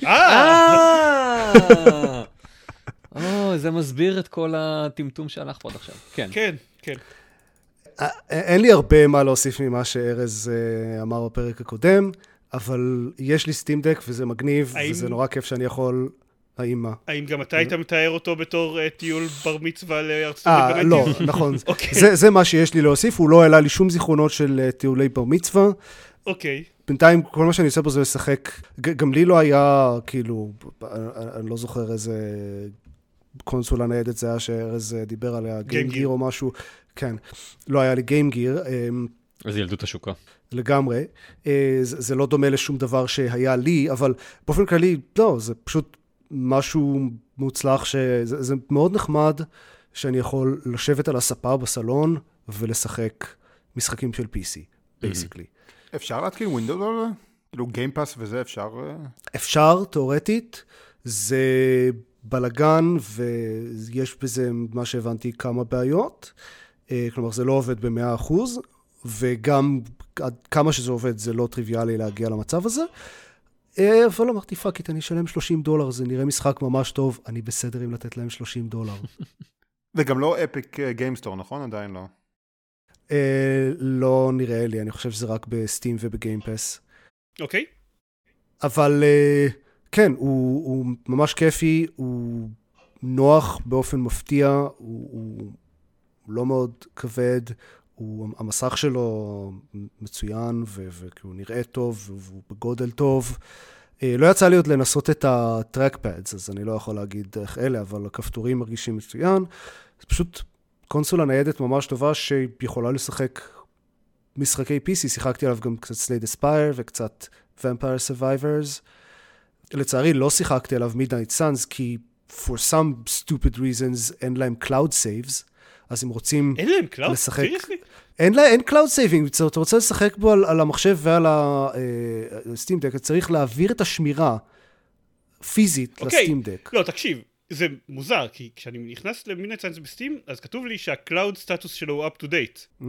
זה מסביר את כל הטמטום שהלך פה עד עכשיו. כן. כן, כן. אין לי הרבה מה להוסיף ממה שארז אמר בפרק הקודם, אבל יש לי סטימדק וזה מגניב, וזה נורא כיף שאני יכול... האם גם אתה היית מתאר אותו בתור טיול בר מצווה לארצות הברית? לא, נכון. זה מה שיש לי להוסיף, הוא לא העלה לי שום זיכרונות של טיולי בר מצווה. אוקיי. בינתיים, כל מה שאני עושה פה זה לשחק, גם לי לא היה, כאילו, אני לא זוכר איזה קונסולה ניידת זה היה שארז דיבר עליה, גיימגיר או משהו. כן, לא היה לי גיימגיר. אז ילדות השוקה. לגמרי. זה לא דומה לשום דבר שהיה לי, אבל באופן כללי, לא, זה פשוט... משהו מוצלח שזה מאוד נחמד שאני יכול לשבת על הספה בסלון ולשחק משחקים של PC, basically. אפשר להתקין ווינדוס או לא? כאילו גיימפאס וזה אפשר? אפשר, תיאורטית. זה בלגן ויש בזה מה שהבנתי כמה בעיות. כלומר זה לא עובד ב100%, וגם עד כמה שזה עובד זה לא טריוויאלי להגיע למצב הזה. אבל אמרתי, פאקית, אני אשלם $30, זה נראה משחק ממש טוב, אני בסדר אם לתת להם $30. וגם לא אפיק גיימסטור, נכון? עדיין לא. לא נראה לי, אני חושב שזה רק בסטים ובגיימפס. אוקיי. אבל כן, הוא ממש כיפי, הוא נוח באופן מפתיע, הוא לא מאוד כבד, המסך שלו מצוין, והוא נראה טוב, והוא בגודל טוב. לא יצא לי עוד לנסות את הטרקפאדס, אז אני לא יכול להגיד איך אלה, אבל הכפתורים מרגישים מצוין. זה פשוט קונסולה ניידת ממש טובה, שיכולה לשחק משחקי PC. שיחקתי עליו גם קצת Slay the Spire, וקצת Vampire Survivors. לצערי לא שיחקתי עליו Midnight Suns, כי for some stupid reasons אין להם cloud saves. אז הם רוצים לשחק... אין להם קלאוד? סיריוסלי? אין קלאוד סייבינג, אתה רוצה לשחק בו על המחשב ועל הסטים דק, אתה צריך להעביר את השמירה פיזית לסטים דק. לא, תקשיב, זה מוזר, כי כשאני נכנס למידנייט סאנס בסטים, אז כתוב לי שהקלאוד סטטוס שלו הוא up to date.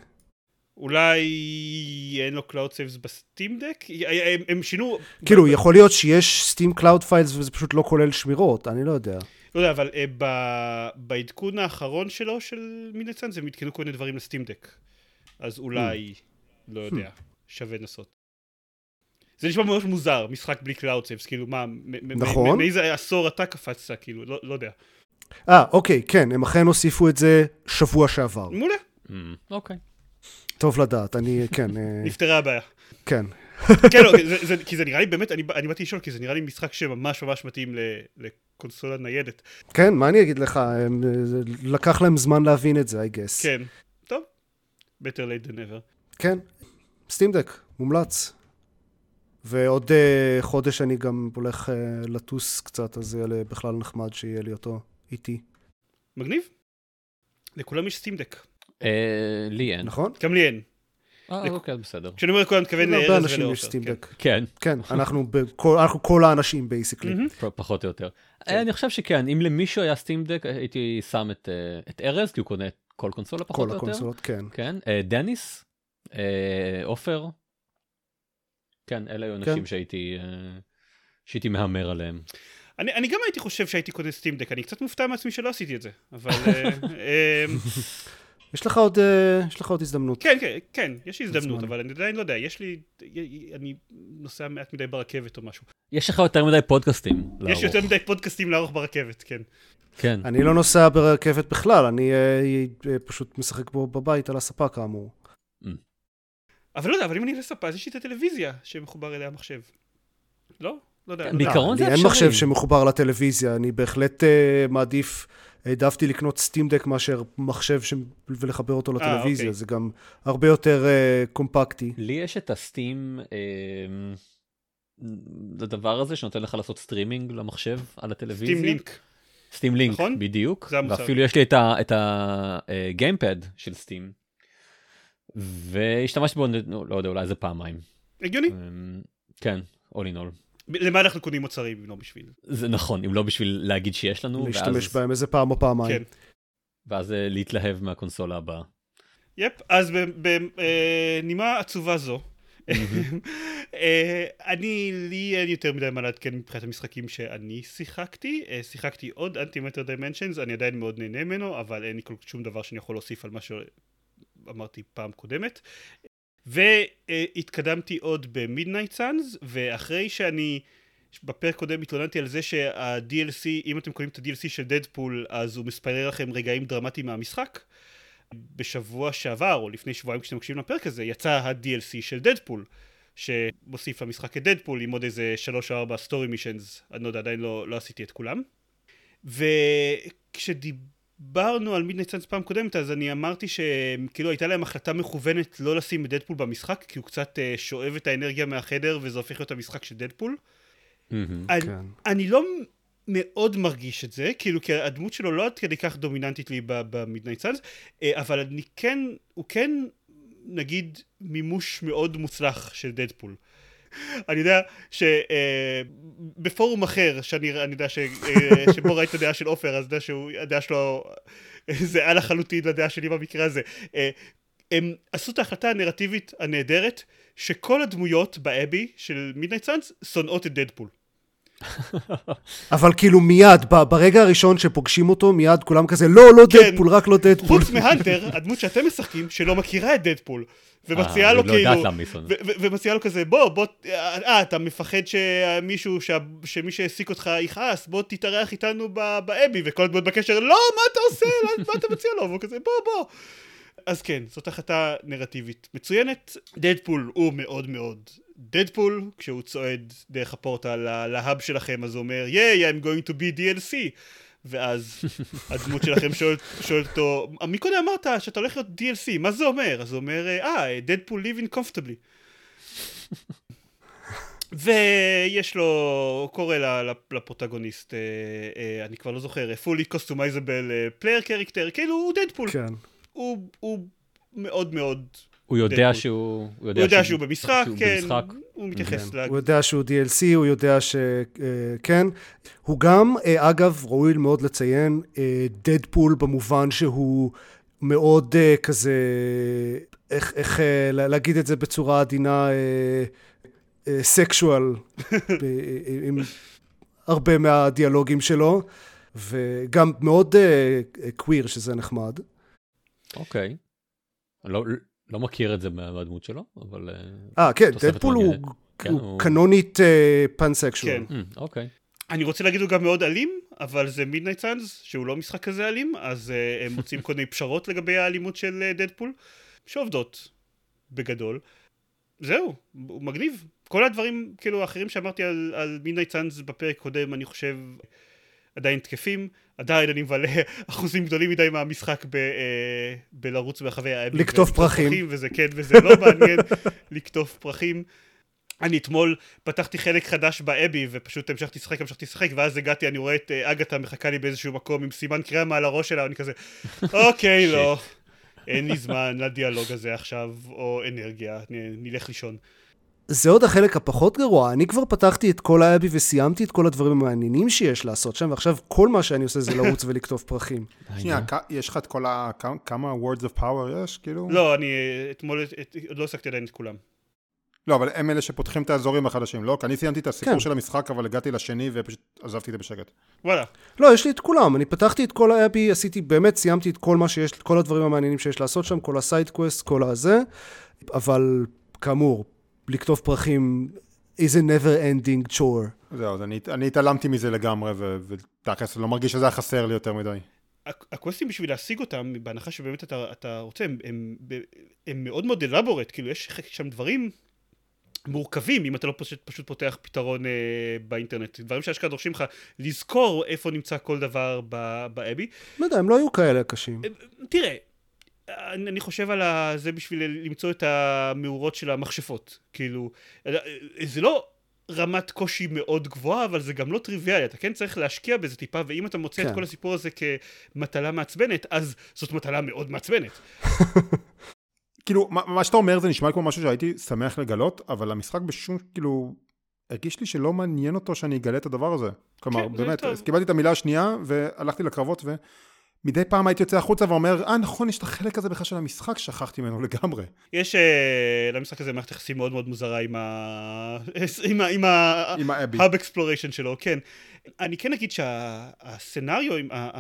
אולי אין לו קלאוד סייבס בסטים דק? הם שינו... כאילו, יכול להיות שיש סטים קלאוד פיילס וזה פשוט לא כולל שמירות, אני לא יודע. לא יודע, אבל בעדכון האחרון שלו, של מידנייט סאנס, הם התקנו כל מיני דברים לסטים דק. אז אולי, לא יודע, שווה לנסות. זה נשמע ממש מוזר, משחק בלי קלאוד סייבס, כאילו מה, נכון. מאיזה עשור אתה קפצת, כאילו, לא יודע. אוקיי, כן, הם אכן הוסיפו את זה שבוע שעבר. מעולה. אוקיי. טוב לדעת, אני, כן. נפתרה הבעיה. כן. כן, לא, כי זה נראה לי באמת, אני באתי לשאול, כי זה נראה לי משחק שממש ממש מתאים לקונסולה ניידת. כן, מה אני אגיד לך? לקח להם זמן להבין את זה, I guess. כן, טוב. better late than ever. כן, סטים דק, מומלץ. ועוד חודש אני גם הולך לטוס קצת, אז יהיה לי בכלל נחמד שיהיה לי אותו איתי. מגניב. לכולם יש סטים דק. לי אין. נכון? גם לי אין. אוקיי, בסדר. כשאני אומר לכולם, מתכוון לארז ולעופר. אנשים יש סטים דק. כן. כן, אנחנו כל האנשים, בייסיקלי. פחות או יותר. אני חושב שכן, אם למישהו היה סטים דק, הייתי שם את ארז, כי הוא קונה כל קונסולה פחות או יותר. כל הקונסולות, כן. כן. דניס, עופר. כן, אלה היו אנשים שהייתי מהמר עליהם. אני גם הייתי חושב שהייתי קונה סטים דק, אני קצת מופתע מעצמי שלא עשיתי את זה, אבל... יש לך עוד הזדמנות. כן, יש לי הזדמנות, אבל אני עדיין לא יודע, אני נוסע מעט מדי ברכבת או משהו. יש לך יותר מדי פודקאסטים לערוך. יש יותר מדי פודקאסטים לערוך ברכבת, כן. כן. אני לא נוסע ברכבת בכלל, אני פשוט משחק בו בבית על הספה כאמור. אבל לא יודע, אבל אם אני לספה, אז יש לי את הטלוויזיה שמחובר אליה המחשב. לא? לא יודע. בעיקרון זה אפשרי. אין מחשב שמחובר לטלוויזיה, אני בהחלט מעדיף, העדפתי לקנות סטים דק מאשר מחשב ולחבר אותו לטלוויזיה, אוקיי. זה גם הרבה יותר קומפקטי. לי יש את הסטים, לדבר הזה שנותן לך לעשות סטרימינג למחשב על הטלוויזיה. סטים לינק. סטים לינק, נכון? בדיוק. זה המוצר. ואפילו יש לי את הגיימפד של סטים. והשתמשתי בו, לא יודע, אולי זה פעמיים. הגיוני. כן, all in all. למה אנחנו קונים מוצרים, אם לא בשביל? זה נכון, אם לא בשביל להגיד שיש לנו. להשתמש בהם איזה פעם או פעמיים. כן. ואז להתלהב מהקונסולה הבאה. יפ, אז בנימה עצובה זו, לי אין יותר מדי מה לעדכן מבחינת המשחקים שאני שיחקתי עוד Antimatter Dimensions, אני עדיין מאוד נהנה ממנו, אבל אין לי שום דבר שאני יכול להוסיף על מה שאמרתי פעם קודמת. והתקדמתי עוד ב-Midnight Suns, ואחרי שאני בפרק קודם התלוננתי על זה שה-DLC, אם אתם קוראים את ה-DLC של דדפול, אז הוא מספר לכם רגעים דרמטיים מהמשחק. בשבוע שעבר, או לפני שבועיים כשאתם מקשיבים לפרק הזה, יצא ה-DLC של דדפול, שמוסיף למשחק את דדפול עם עוד איזה 3 או 4 סטורי מישנס, אני לא יודע, עדיין לא עשיתי את כולם. וכשדיברנו על מידנייט סאנס פעם קודמת, אז אני אמרתי שכאילו הייתה להם החלטה מכוונת לא לשים את דדפול במשחק, כי הוא קצת שואב את האנרגיה מהחדר, וזה הופך להיות המשחק של דדפול. אני לא מאוד מרגיש את זה, כאילו כי הדמות שלו לא עד כדי כך דומיננטית לי במידנייט סאנס, אבל הוא כן נגיד מימוש מאוד מוצלח של דדפול. אני יודע שבפורום אחר, שאני יודע שבו ראית הדעה של אופר, אז הדעה שלו זה על החלוטין לדעה שלי במקרה הזה. הם עשו את ההחלטה הנרטיבית הנהדרת, שכל הדמויות באבי של מידנייט סאנס שונאות את דדפול. אבל כאילו מיד, ברגע הראשון שפוגשים אותו, מיד כולם כזה, לא דדפול, רק לא דדפול. חוץ מהנטר, הדמות שאתם משחקים, שלא מכירה את דדפול, ומציעה לו כאילו, ומציעה לו כזה, בוא, אתה מפחד שמי שהעסיק אותך יכעס, בוא תתארח איתנו באבי, וכל הדמות בקשר, לא, מה אתה עושה? מה אתה מציע לו? והוא כזה, בוא. אז כן, זאת החלטה נרטיבית מצוינת. דדפול הוא מאוד מאוד דדפול, כשהוא צועד דרך הפורטל להאב שלכם, אז הוא אומר, I'm going to be DLC. ואז הדמות שלכם שואלת אותו, מי קודם אמרת שאתה הולך להיות DLC, מה זה אומר? אז הוא אומר, דדפול living comfortably. ויש לו, קורא לפרוטגוניסט, אני כבר לא זוכר, fully customizable player character, כאילו הוא דדפול. כן. הוא מאוד מאוד הוא יודע שהוא במשחק, כן, הוא מתייחס הוא יודע שהוא DLC, הוא יודע שכן. הוא גם, אגב, ראוי מאוד לציין, דדפול במובן שהוא מאוד כזה, איך להגיד את זה בצורה עדינה, סקשואל, עם הרבה מהדיאלוגים שלו, וגם מאוד קוויר, שזה נחמד. אוקיי. לא מכיר את זה מהדמות שלו, אבל... כן, דדפול הוא קנונית פנסקשואל. כן. אוקיי. אני רוצה להגיד הוא גם מאוד אלים, אבל זה מידנייט סאנס, שהוא לא משחק כזה אלים, אז הם מוצאים כל מיני פשרות לגבי האלימות של דדפול, שעובדות בגדול. זהו, הוא מגניב. כל הדברים כאילו האחרים שאמרתי על מידנייט סאנס בפרק קודם, אני חושב... עדיין תקפים, עדיין אני מבלה אחוזים גדולים מדי מהמשחק בלרוץ ברחבי האבי. לקטוף פרחים. וזה כן, וזה לא מעניין לקטוף פרחים. אני אתמול פתחתי חלק חדש באבי, ופשוט המשכתי לשחק, ואז הגעתי, אני רואה את אגתה מחכה לי באיזשהו מקום עם סימן קריאה מעל הראש שלה, ואני כזה, אוקיי, לא, אין לי זמן לדיאלוג הזה עכשיו, או אנרגיה, נלך לישון. זה עוד החלק הפחות גרוע, אני כבר פתחתי את כל האבי וסיימתי את כל הדברים המעניינים שיש לעשות שם, ועכשיו כל מה שאני עושה זה לרוץ ולכתוב פרחים. שנייה, יש לך את כל כמה words of power יש, כאילו? לא, אני אתמול עוד לא עסקתי עדיין את כולם. לא, אבל הם אלה שפותחים את האזורים החדשים, לא? כי אני סיימתי את הסיפור של המשחק, אבל הגעתי לשני ופשוט עזבתי את זה בשקט. וואלה. לא, יש לי את כולם, אני פתחתי את כל האבי, באמת סיימתי את כל מה שיש, כל הדברים המעניינים שיש לעשות שם, כל הסייד קווסט, כל הזה, אבל כאמור, לקטוף פרחים is a never ending chore. זהו, אז אני התעלמתי מזה לגמרי, ותכלס, לא מרגיש שזה היה חסר לי יותר מדי. הקווסטים בשביל להשיג אותם, בהנחה שבאמת אתה רוצה, הם מאוד מאוד אלבורט, כאילו יש שם דברים מורכבים, אם אתה לא פשוט פותח פתרון באינטרנט, דברים שהשקעה דורשים לך לזכור איפה נמצא כל דבר באבי. לא יודע, הם לא היו כאלה קשים. תראה, אני חושב על זה בשביל למצוא את המאורות של המכשפות, כאילו, זה לא רמת קושי מאוד גבוהה, אבל זה גם לא טריוויאלי, אתה כן צריך להשקיע בזה טיפה, ואם אתה מוצא את כל הסיפור הזה כמטלה מעצבנת, אז זאת מטלה מאוד מעצבנת. כאילו, מה שאתה אומר זה נשמע כמו משהו שהייתי שמח לגלות, אבל המשחק בשום, כאילו, הרגיש לי שלא מעניין אותו שאני אגלה את הדבר הזה. כלומר, באמת, אז קיבלתי את המילה השנייה, והלכתי לקרבות, ומדי פעם הייתי יוצא החוצה ואומר, נכון, יש את החלק הזה בכלל של המשחק, שכחתי ממנו לגמרי. יש למשחק הזה מערכת יחסים מאוד מאוד מוזרה עם ה-hub exploration שלו, כן. אני כן אגיד שהסצנריו,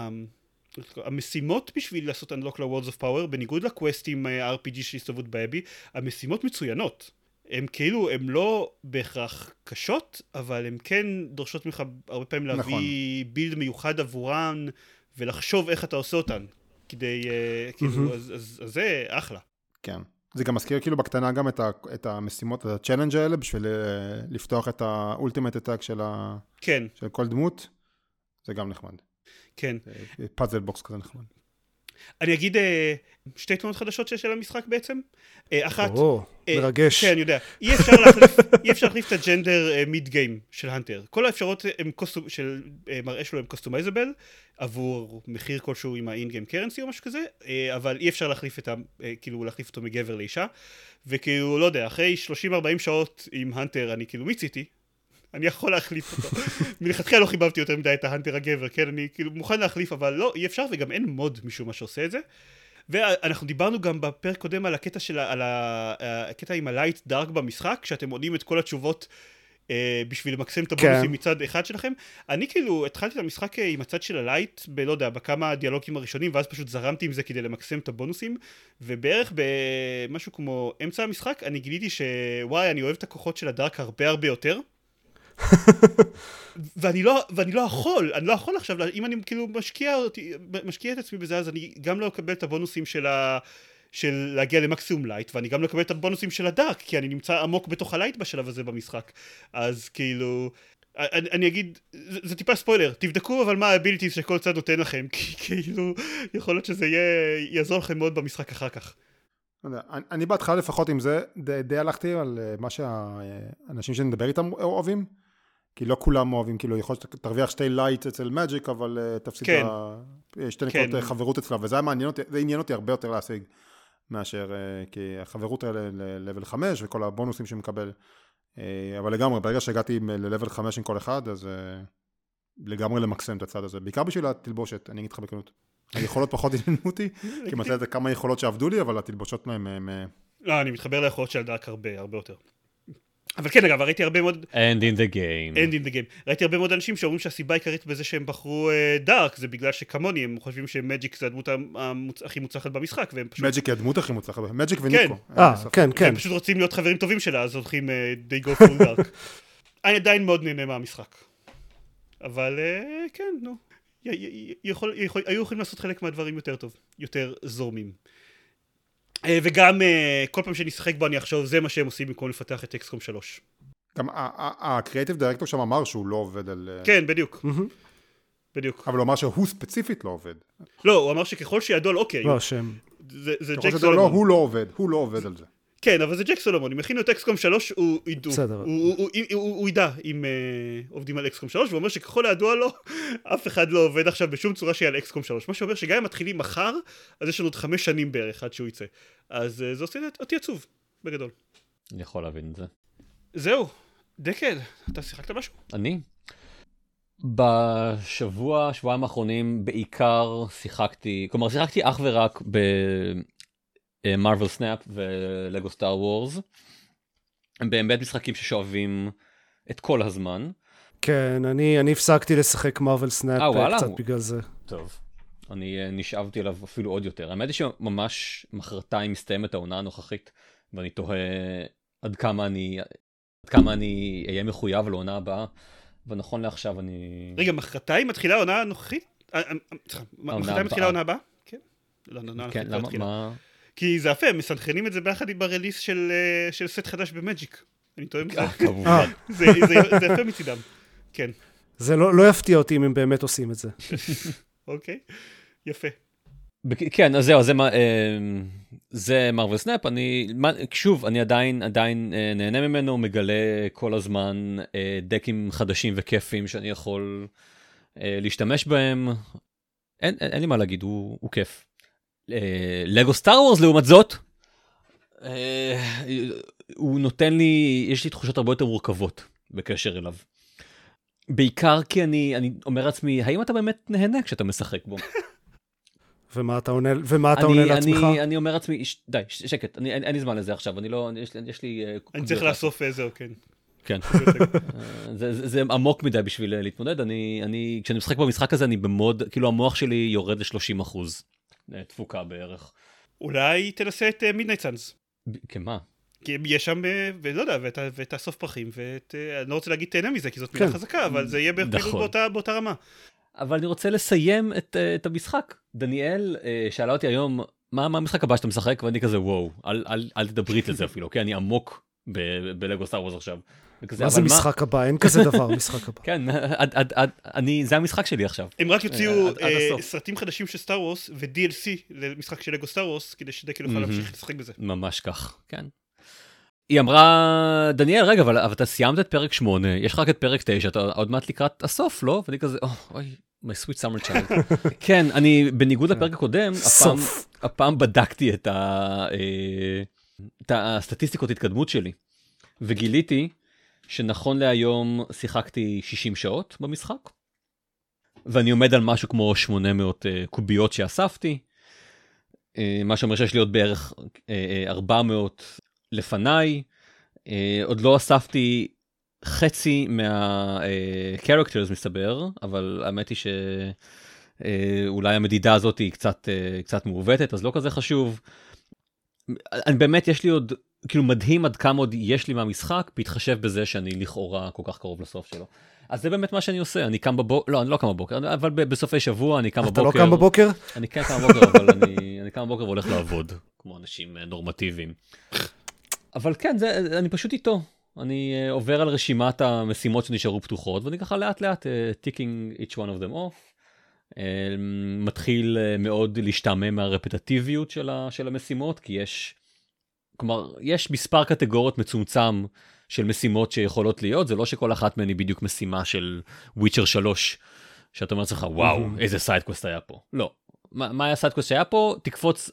המשימות בשביל לעשות unlock ל-Worlds of Power, בניגוד לקווסטים RPG שהסתובבות באבי, המשימות מצוינות. הם כאילו, הם לא בהכרח קשות, אבל הם כן דורשות ממך הרבה פעמים להביא בילד מיוחד עבורן, ולחשוב איך אתה עושה אותן, כדי, כאילו, אז זה אחלה. כן. זה גם מזכיר כאילו בקטנה גם את המשימות, את הצ'לנג' האלה, בשביל לפתוח את האולטימט אטאק של כל דמות. זה גם נחמד. כן. פאזל בוקס כזה נחמד. אני אגיד שתי תמונות חדשות שיש על המשחק בעצם. אחת... מרגש. כן, אני יודע. אי אפשר להחליף את הג'נדר מיד גיים של הנטר. כל האפשרות של מראה שלו הם קוסטומייזבל, עבור מחיר כלשהו עם האין-גיים קרנסי או משהו כזה, אבל אי אפשר להחליף אותו מגבר לאישה. וכאילו, לא יודע, אחרי 30-40 שעות עם הנטר אני כאילו מיציתי, אני יכול להחליף אותו. מלכתחילה לא חיבבתי יותר מדי את ההנטר הגבר, כן? אני כאילו מוכן להחליף, אבל לא, אי אפשר, וגם אין מוד משום מה שעושה את זה. ואנחנו דיברנו גם בפרק קודם על הקטע הקטע עם הלייט דארק במשחק, כשאתם עונים את כל התשובות בשביל למקסם את הבונוסים מצד אחד שלכם. אני כאילו התחלתי את המשחק עם הצד של הלייט, לא יודע, בכמה דיאלוגים הראשונים, ואז פשוט זרמתי עם זה כדי למקסם את הבונוסים, ובערך במשהו כמו אמצע המשחק, אני גיליתי שוואי, אני אוהב את הכוחות של הדארק הרבה הרבה יותר. ואני לא יכול עכשיו, אם אני כאילו משקיע את עצמי בזה, אז אני גם לא אקבל את הבונוסים של להגיע למקסימום לייט, ואני גם לא אקבל את הבונוסים של הדארק, כי אני נמצא עמוק בתוך הלייט בשלב הזה במשחק. אז כאילו, אני אגיד, זה טיפה ספוילר, תבדקו אבל מה האביליטיז שכל צד נותן לכם, כי כאילו, יכול להיות שזה יעזור לכם מאוד במשחק אחר כך. אני בהתחלה לפחות עם זה, די הלכתי על מה שהאנשים שנדבר איתם אוהבים, כי לא כולם אוהבים, כאילו יכול להיות שתרוויח 2 לייט אצל מג'יק, אבל תפסיד 2 נקודות חברות אצלה, וזה עניין אותי הרבה יותר להשיג, מאשר, כי החברות האלה ל-level 5, וכל הבונוסים שמקבל, אבל לגמרי, ברגע שהגעתי ל-level 5 עם כל אחד, אז לגמרי למקסם את הצד הזה, בעיקר בשביל התלבושת, אני אגיד לך בכנות. היכולות פחות עניינו אותי, כי מצאתי את כמה יכולות שעבדו לי, אבל התלבושות מהם... לא, אני מתחבר ליכולות של דארק הרבה יותר. אבל כן, אגב, ראיתי הרבה מאוד... End in the game. ראיתי הרבה מאוד אנשים שאומרים שהסיבה העיקרית בזה שהם בחרו דארק, זה בגלל שכמוני, הם חושבים שמג'יק זה הדמות הכי מוצלחת במשחק, והם פשוט... מג'יק היא הדמות הכי מוצלחת, מג'יק וניקו. כן. הם פשוט רוצים להיות חברים טובים שלה, אז הולכים they go full dark. אני עדיין מאוד נהנה מהמשחק. אבל כן, נו. היו יכולים לעשות חלק מהדברים יותר טוב, יותר זורמים. וגם כל פעם שנשחק בו אני אחשוב, זה מה שהם עושים במקום לפתח את XCOM 3. גם הקריאטיב דירקטור שם אמר שהוא לא עובד על... כן, בדיוק. אבל הוא אמר שהוא ספציפית לא עובד. לא, הוא אמר שככל שידול, אוקיי. לא, שם. זה ג'ק סולומון. הוא לא עובד על זה. כן, אבל זה ג'ק סולומון, אם הכינו את XCOM 3, הוא ידע אם עובדים על XCOM 3, והוא אומר שככל הידוע לו, אף אחד לא עובד עכשיו בשום צורה שיהיה על XCOM 3, מה שאומר שגם אם מתחילים מחר, אז יש לנו עוד 5 שנים בערך עד שהוא יצא. אז זה עושה אותי עצוב, בגדול. אני יכול להבין את זה. זהו, דקל, אתה שיחקת משהו? אני? שבועיים האחרונים בעיקר שיחקתי אך ורק מרוויל סנאפ ולגו סטאר וורס, הם באמת משחקים ששואבים את כל הזמן. כן, אני הפסקתי לשחק מרוול סנאפ קצת בגלל זה. טוב, אני נשאבתי אליו אפילו עוד יותר. האמת היא שממש מחרתיים מסתיימת העונה הנוכחית, ואני תוהה עד כמה אני אהיה מחויב לעונה הבאה, ונכון לעכשיו אני... רגע, מחרתיים מתחילה העונה הנוכחית? מחרתיים מתחילה העונה הבאה? כן. כן, למה? מה? כי זה יפה, הם מסנכרנים את זה ביחד עם הרליס של סט חדש במג'יק. אני טועה עם זה. כמובן. זה יפה מצידם. כן. זה לא יפתיע אותי אם הם באמת עושים את זה. אוקיי, יפה. כן, אז זהו, זה מרוול סנאפ, שוב, אני עדיין נהנה ממנו, מגלה כל הזמן דקים חדשים וכיפים שאני יכול להשתמש בהם. אין לי מה להגיד, הוא כיף. לגו סטאר וורס לעומת זאת, הוא נותן לי, יש לי תחושות הרבה יותר מורכבות בקשר אליו. בעיקר כי אני אומר לעצמי, האם אתה באמת נהנה כשאתה משחק בו? ומה אתה עונה לעצמך? אני אומר לעצמי, די, שקט, אין לי זמן לזה עכשיו, יש לי... אני צריך לאסוף איזה, כן. כן. זה עמוק מדי בשביל להתמודד. כשאני משחק במשחק הזה, אני במוד, כאילו המוח שלי יורד ל-30% תפוקה בערך. אולי תנסה את מידנייט סאנס. כמה? כי יש שם, ולא יודע, ותאסוף פרחים, אני לא רוצה להגיד תהנה מזה, כי זאת מילה חזקה, אבל זה יהיה באותה רמה. אבל אני רוצה לסיים את המשחק. דניאל שאלה אותי היום, מה המשחק הבא שאתה משחק? ואני כזה, וואו, אל תדברית לזה אפילו, כי אני עמוק בלגו סטאר וורס עכשיו. מה זה משחק הבא? אין כזה דבר, משחק הבא. כן, זה המשחק שלי עכשיו. הם רק יוציאו סרטים חדשים של סטאר וורס ו-DLC למשחק של לגו סטאר וורס, כדי שדקל יוכל להמשיך לשחק בזה. ממש כך, כן. היא אמרה, דניאל, רגע, אבל אתה סיימת את פרק 8, יש לך רק את פרק 9, אתה עוד מעט לקראת הסוף, לא? ואני כזה, אוי, my sweet summer child. כן, אני, בניגוד לפרק הקודם, הפעם בדקתי את הסטטיסטיקות התקדמות שלי, וגיליתי שנכון להיום שיחקתי 60 שעות במשחק, ואני עומד על משהו כמו 800 קוביות שאספתי, מה שאומר שיש לי עוד בערך 400 לפניי, עוד לא אספתי חצי מה-characters מסתבר, אבל האמת היא שאולי המדידה הזאת היא קצת מעוותת, אז לא כזה חשוב. באמת יש לי עוד, כאילו מדהים עד כמה עוד יש לי מהמשחק, בהתחשב בזה שאני לכאורה כל כך קרוב לסוף שלו. אז זה באמת מה שאני עושה, אני קם בבוקר, לא, אני לא קם בבוקר, אבל בסופי שבוע אני קם בבוקר. אתה לא קם בבוקר? אני כן קם בבוקר, אבל אני קם בבוקר והולך לעבוד, כמו אנשים נורמטיביים. אבל כן, אני פשוט איתו. אני עובר על רשימת המשימות שנשארו פתוחות, ואני ככה לאט לאט ticking each one of them off. מתחיל מאוד להשתעמם מהרפטטיביות של המשימות, כי יש מספר קטגוריות מצומצם של משימות שיכולות להיות, זה לא שכל אחת מהן היא בדיוק משימה של וויצ'ר 3, שאתה אומר לך, וואו, איזה סיידקווסט היה פה. לא. מה היה הסיידקווסט שהיה פה? תקפוץ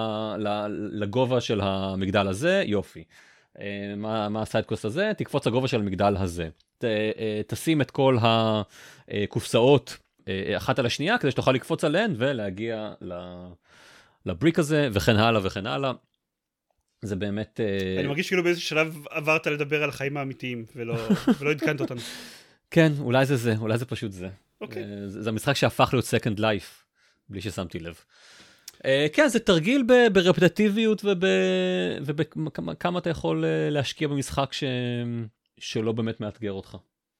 לגובה של המגדל הזה, יופי. מה הסיידקווסט הזה? תקפוץ לגובה של המגדל הזה. תשים את כל הקופסאות אחת על השנייה, כדי שתוכל לקפוץ עליהן ולהגיע לבריק הזה, וכן הלאה וכן הלאה. זה באמת... אני מרגיש כאילו באיזה שלב עברת לדבר על החיים האמיתיים, ולא עדכנת אותנו. כן, אולי זה פשוט זה. אוקיי. זה המשחק שהפך להיות Second Life, בלי ששמתי לב. כן, זה תרגיל ברפטטיביות ובכמה אתה יכול להשקיע במשחק שלא באמת מאתגר אותך.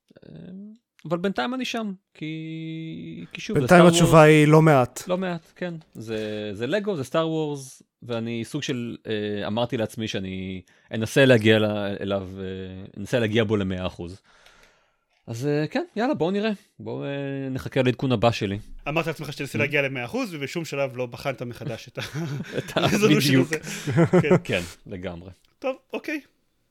אבל בינתיים אני שם, כי שוב, בינתיים התשובה היא לא מעט. לא מעט, כן. זה לגו, זה סטאר וורס, ואני סוג של, אמרתי לעצמי שאני אנסה להגיע אליו, אנסה להגיע בו ל100%. אז כן, יאללה, בואו נראה. בואו נחכה לעדכון הבא שלי. אמרת לעצמך שתנסה להגיע ל100%, ובשום שלב לא בחנת מחדש את בדיוק. כן, לגמרי. טוב, אוקיי.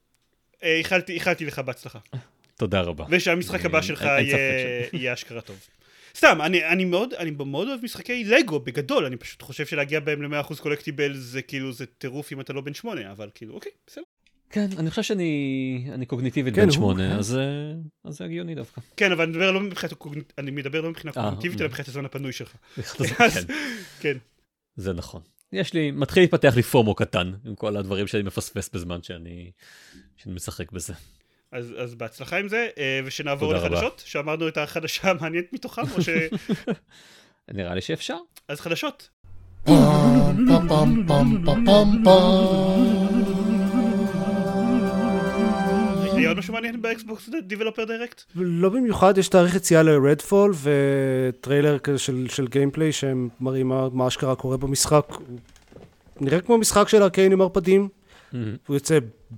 איחלתי לך בהצלחה. תודה רבה. ושהמשחק הבא שלך יהיה אשכרה טוב. סתם, אני מאוד אוהב משחקי לגו בגדול, אני פשוט חושב שלהגיע בהם ל100% קולקטיבל זה כאילו, זה טירוף אם אתה לא בן 8, אבל כאילו, אוקיי, בסדר. כן, אני חושב שאני קוגניטיבית בן 8, אז זה הגיוני דווקא. כן, אבל אני מדבר לא מבחינה קוגניטיבית, אלא מבחינת הזמן הפנוי שלך. כן, זה נכון. מתחיל להתפתח לי פומו קטן, עם כל הדברים שאני מפספס בזמן שאני משחק בזה. אז בהצלחה עם זה, ושנעבור לחדשות, שאמרנו את החדשה המעניינת מתוכם, או ש... נראה לי שאפשר. אז חדשות. היה עוד משהו מעניין באקסבוקס דיבלופר דירקט? לא במיוחד, יש תאריך יציאה ל-Redfall וטריילר של גיימפליי שהם מראים מה אשכרה קורה במשחק. נראה כמו משחק של ארקיין עם ערפדים. הוא יוצא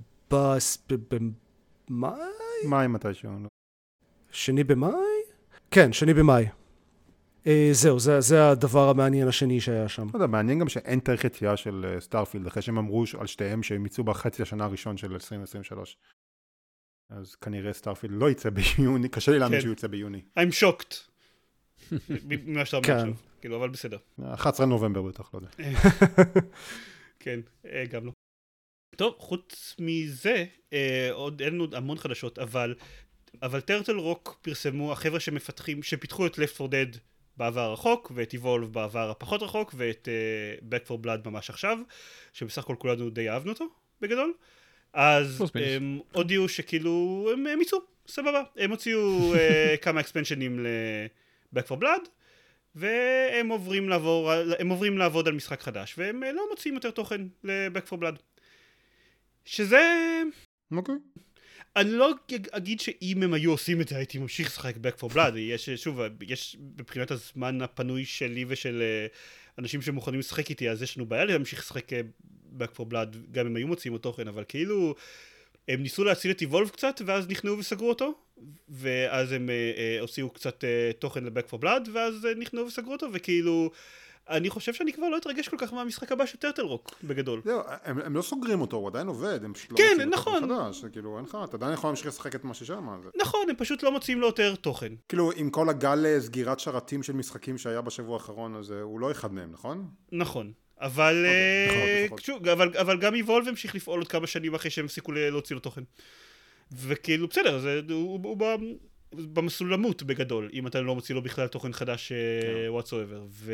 במאי? מאי מתישהו. שני במאי? כן, שני במאי. זהו, זה הדבר המעניין השני שהיה שם. לא יודע, מעניין גם שאין תאריך יציאה של סטארפילד, אחרי שהם אמרו על שתיהם שהם יצאו בחצי השנה הראשון של 2023. אז כנראה סטארפילד לא יצא ביוני, קשה לי להאמין שהוא יצא ביוני. I'm shocked. ממה שאתה אומר עכשיו, כאילו, אבל בסדר. 11 נובמבר בטח, לא יודע. כן, גם לא. טוב, חוץ מזה, עוד אין לנו המון חדשות, אבל טרטל רוק פרסמו, החבר'ה שפיתחו את Left 4 Dead בעבר הרחוק, ואת Evolve בעבר הפחות רחוק, ואת Back 4 Blood ממש עכשיו, שבסך הכל כולנו די אהבנו אותו, בגדול. אז הם הודיעו שכאילו הם יצאו, סבבה. הם הוציאו כמה אקספנשנים ל-Back 4 Blood, והם עוברים לעבוד על משחק חדש, והם לא מוציאים יותר תוכן ל-Back 4 Blood. שזה... אוקיי. אני לא אגיד שאם הם היו עושים את זה, הייתי ממשיך לשחק Back 4 Blood. יש בבחינת הזמן הפנוי שלי ושל אנשים שמוכנים לשחק איתי, אז יש לנו בעיה להמשיך לשחק Back 4 Blood, גם אם היו מוציאים אותו תוכן, אבל כאילו הם ניסו להציל את Evolve קצת, ואז נכנעו וסגרו אותו, ואז הם הוציאו קצת תוכן ל-Back 4 Blood, ואז נכנעו וסגרו אותו, וכאילו אני חושב שאני כבר לא אתרגש כל כך מהמשחק הבא של טרטל רוק, בגדול. הם לא סוגרים אותו, הוא עדיין עובד, הם פשוט לא כן, מוציאים נכון. אותו חדש, כאילו אין לך, אתה עדיין יכול להמשיך לשחק את מה ששם. נכון, הם פשוט לא מוציאים לו יותר תוכן. כאילו עם כל הגל סגירת שרתים של משחקים שהיה בשבוע האחרון, אז הוא לא אחד מהם, נכון? נכון. אבל גם Evolve המשיך לפעול עוד כמה שנים אחרי שהם הפסיקו להוציא לו תוכן. וכאילו בסדר, הוא במסלול למות בגדול, אם אתה לא מוציא לו בכלל תוכן חדש whatsoever.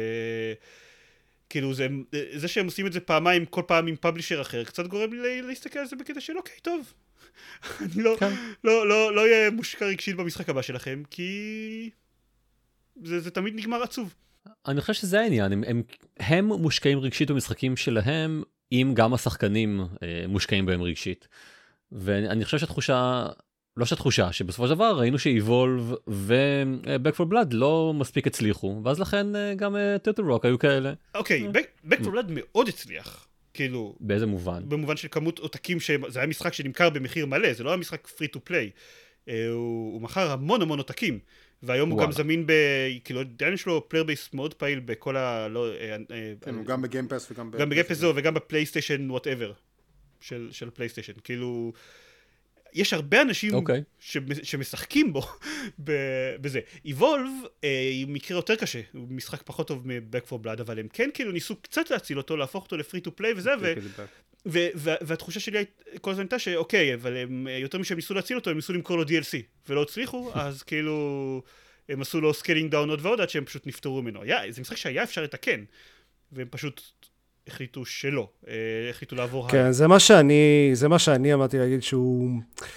וכאילו זה שהם עושים את זה פעמיים, כל פעם עם פאבלישר אחר, קצת גורם לי להסתכל על זה בקטע של אוקיי, טוב. אני לא יהיה מושקע רגשית במשחק הבא שלכם, כי זה תמיד נגמר עצוב. אני חושב שזה העניין, הם מושקעים רגשית במשחקים שלהם, אם גם השחקנים מושקעים בהם רגשית. ואני חושב שהתחושה, שבסופו של דבר ראינו ש-Evolve ו-Back 4 Blood לא מספיק הצליחו, ואז לכן גם Turtle Rock היו כאלה. אוקיי, Back 4 Blood מאוד הצליח. כאילו... באיזה מובן? במובן של כמות עותקים, זה היה משחק שנמכר במחיר מלא, זה לא היה משחק free to play. הוא מכר המון עותקים. והיום הוא גם זמין כאילו, עדיין יש לו פלייר בייס מאוד פעיל בכל כן, גם בגיימפס וגם גם בגיימפס וגם בפלייסטיישן whatever של פלייסטיישן. כאילו, יש הרבה אנשים שמשחקים בו בזה. Evolve הוא מקרה יותר קשה, הוא משחק פחות טוב מ-Back 4 Blood, אבל הם כן כאילו ניסו קצת להציל אותו, להפוך אותו לפרי טו פליי וזה, והתחושה שלי כל הזמן הייתה שאוקיי, אבל הם יותר משהם ניסו להציל אותו, הם ניסו למכור לו DLC, ולא הצליחו, אז כאילו הם עשו לו סקיילינג דאון עוד ועוד עד שהם פשוט נפטרו ממנו. זה משחק שהיה אפשר לתקן, והם פשוט החליטו שלא, החליטו לעבור... כן, זה מה שאני אמרתי להגיד שהוא...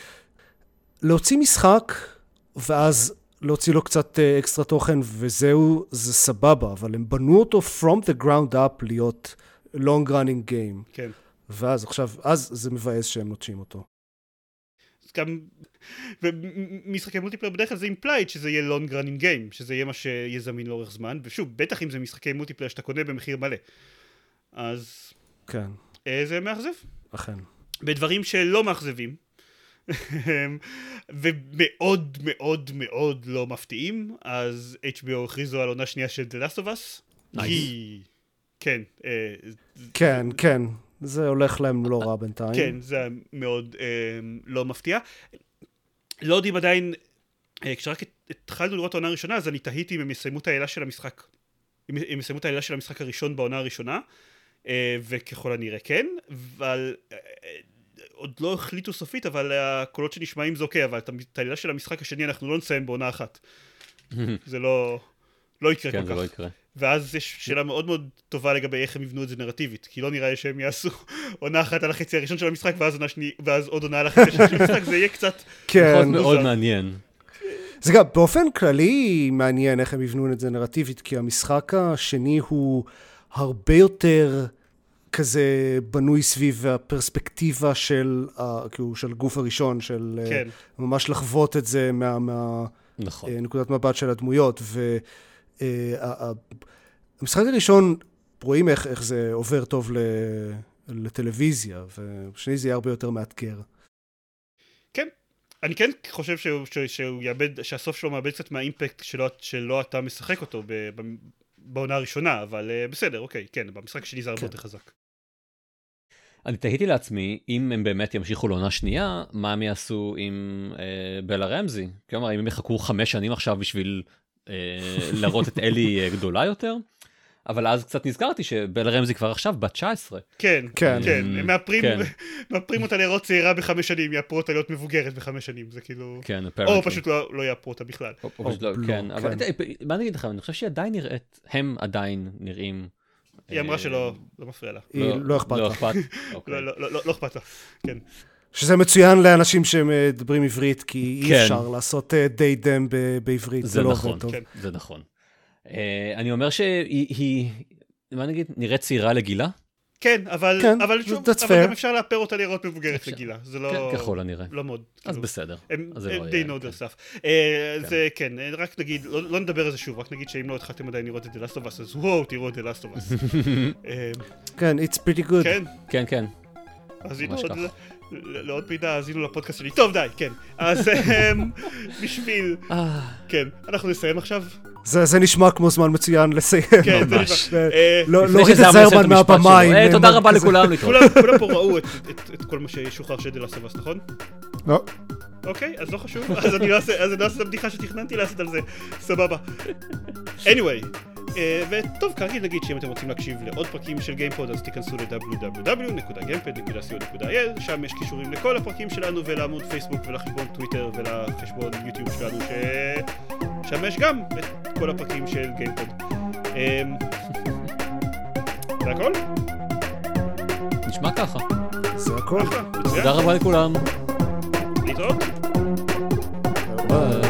להוציא משחק, ואז להוציא לו קצת אקסטרה תוכן, וזהו, זה סבבה, אבל הם בנו אותו from the ground up להיות long running game. כן. ואז עכשיו, אז זה מבאס שהם נוטשים אותו. גם במשחקי מולטיפלייר בדרך כלל זה implied שזה יהיה long running game, שזה יהיה מה שיהיה זמין לאורך זמן, ושוב, בטח אם זה משחקי מולטיפלייר שאתה קונה במחיר מלא. אז... כן. זה מאכזב. אכן. בדברים שלא מאכזבים, ומאוד מאוד מאוד לא מפתיעים, אז HBO הכריזו על עונה שנייה של The Last of Us. כן. כן. זה הולך להם לא רע בינתיים. כן, זה מאוד לא מפתיע. לא יודעים עדיין, כשרק התחלנו לראות העונה הראשונה, אז אני תהיתי אם הם יסיימו את העילה של המשחק. אם הם יסיימו את העילה של המשחק הראשון בעונה הראשונה, וככל הנראה כן, אבל עוד לא החליטו סופית, אבל הקולות שנשמעים זה אוקיי, אבל את העילה של המשחק השני אנחנו לא נסיים בעונה אחת. זה לא יקרה כל כך. כן, זה לא יקרה. ואז יש שאלה מאוד מאוד טובה לגבי איך הם יבנו את זה נרטיבית, כי לא נראה שהם יעשו עונה אחת על החצי הראשון של המשחק, ואז עוד עונה על החצי השני של המשחק, זה יהיה קצת... כן. מאוד מעניין. זה גם באופן כללי מעניין איך הם יבנו את זה נרטיבית, כי המשחק השני הוא הרבה יותר כזה בנוי סביב הפרספקטיבה של גוף הראשון, של כן. ממש לחוות את זה נכון. נקודת מבט של הדמויות, והמשחק הראשון רואים איך זה עובר טוב לטלוויזיה, ובשני זה יהיה הרבה יותר מאתגר. כן. אני כן חושב שהסוף שלו מאבד קצת מהאימפקט שלא אתה משחק אותו בעונה הראשונה, אבל בסדר, אוקיי, כן, במשחק שלי זה הרבה יותר חזק. אני תהיתי לעצמי, אם הם באמת ימשיכו לעונה שנייה, מה הם יעשו עם בלה רמזי? כלומר, אם הם יחכו 5 שנים עכשיו בשביל להראות את אלי גדולה יותר, אבל אז קצת נזכרתי שבלה רמזי כבר עכשיו בת 19. כן, כן, הם מאפרים אותה לראות צעירה ב5 שנים, יאפרו אותה להיות מבוגרת ב5 שנים, זה כאילו... כן, או פשוט לא יאפרו אותה בכלל. כן, אבל מה נגיד לך, אני חושב שהיא עדיין נראית, הם עדיין נראים... היא אמרה שלא מפריע לה. לא אכפת לה. לא אכפת לה, כן. שזה מצוין לאנשים שמדברים עברית, כי אי אפשר לעשות די דם בעברית. זה נכון, זה נכון. אני אומר שהיא, מה נגיד, נראית צעירה לגילה? כן, אבל גם אפשר לאפר אותה לראות מבוגרת לגילה. זה לא... ככל הנראה. לא מאוד. אז בסדר. they know their stuff. זה כן, רק נגיד, לא נדבר על זה שוב, רק נגיד שאם לא התחלתם עדיין לראות את The Last of Us, אז וואו, תראו את The Last of Us. כן, it's pretty good. כן, כן. אז הנה עוד לעוד מידע, אז הנה לפודקאסט שלי. טוב, די, כן. אז בשביל... כן, אנחנו נסיים עכשיו. זה נשמע כמו זמן מצוין לסיים. כן, זה נשמע. לא ראית זרמן מהבמיים. תודה רבה לכולם. כולם פה ראו את כל מה ששוחרר של The Last of Us, נכון? לא. אוקיי, אז לא חשוב. אז אני לא אעשה את הבדיחה שתכננתי לעשות על זה. סבבה. anyway. וטוב, כרגיל נגיד שאם אתם רוצים להקשיב לעוד פרקים של גיימפוד, אז תיכנסו ל-www.gamepad.co.il, שם יש קישורים לכל הפרקים שלנו ולעמוד פייסבוק ולחשבון טוויטר ולחשבון יוטיוב שלנו ששם יש גם את כל הפרקים של גיימפוד. זה הכל? נשמע ככה. זה הכל. תודה רבה לכולם. להתראות. ביי.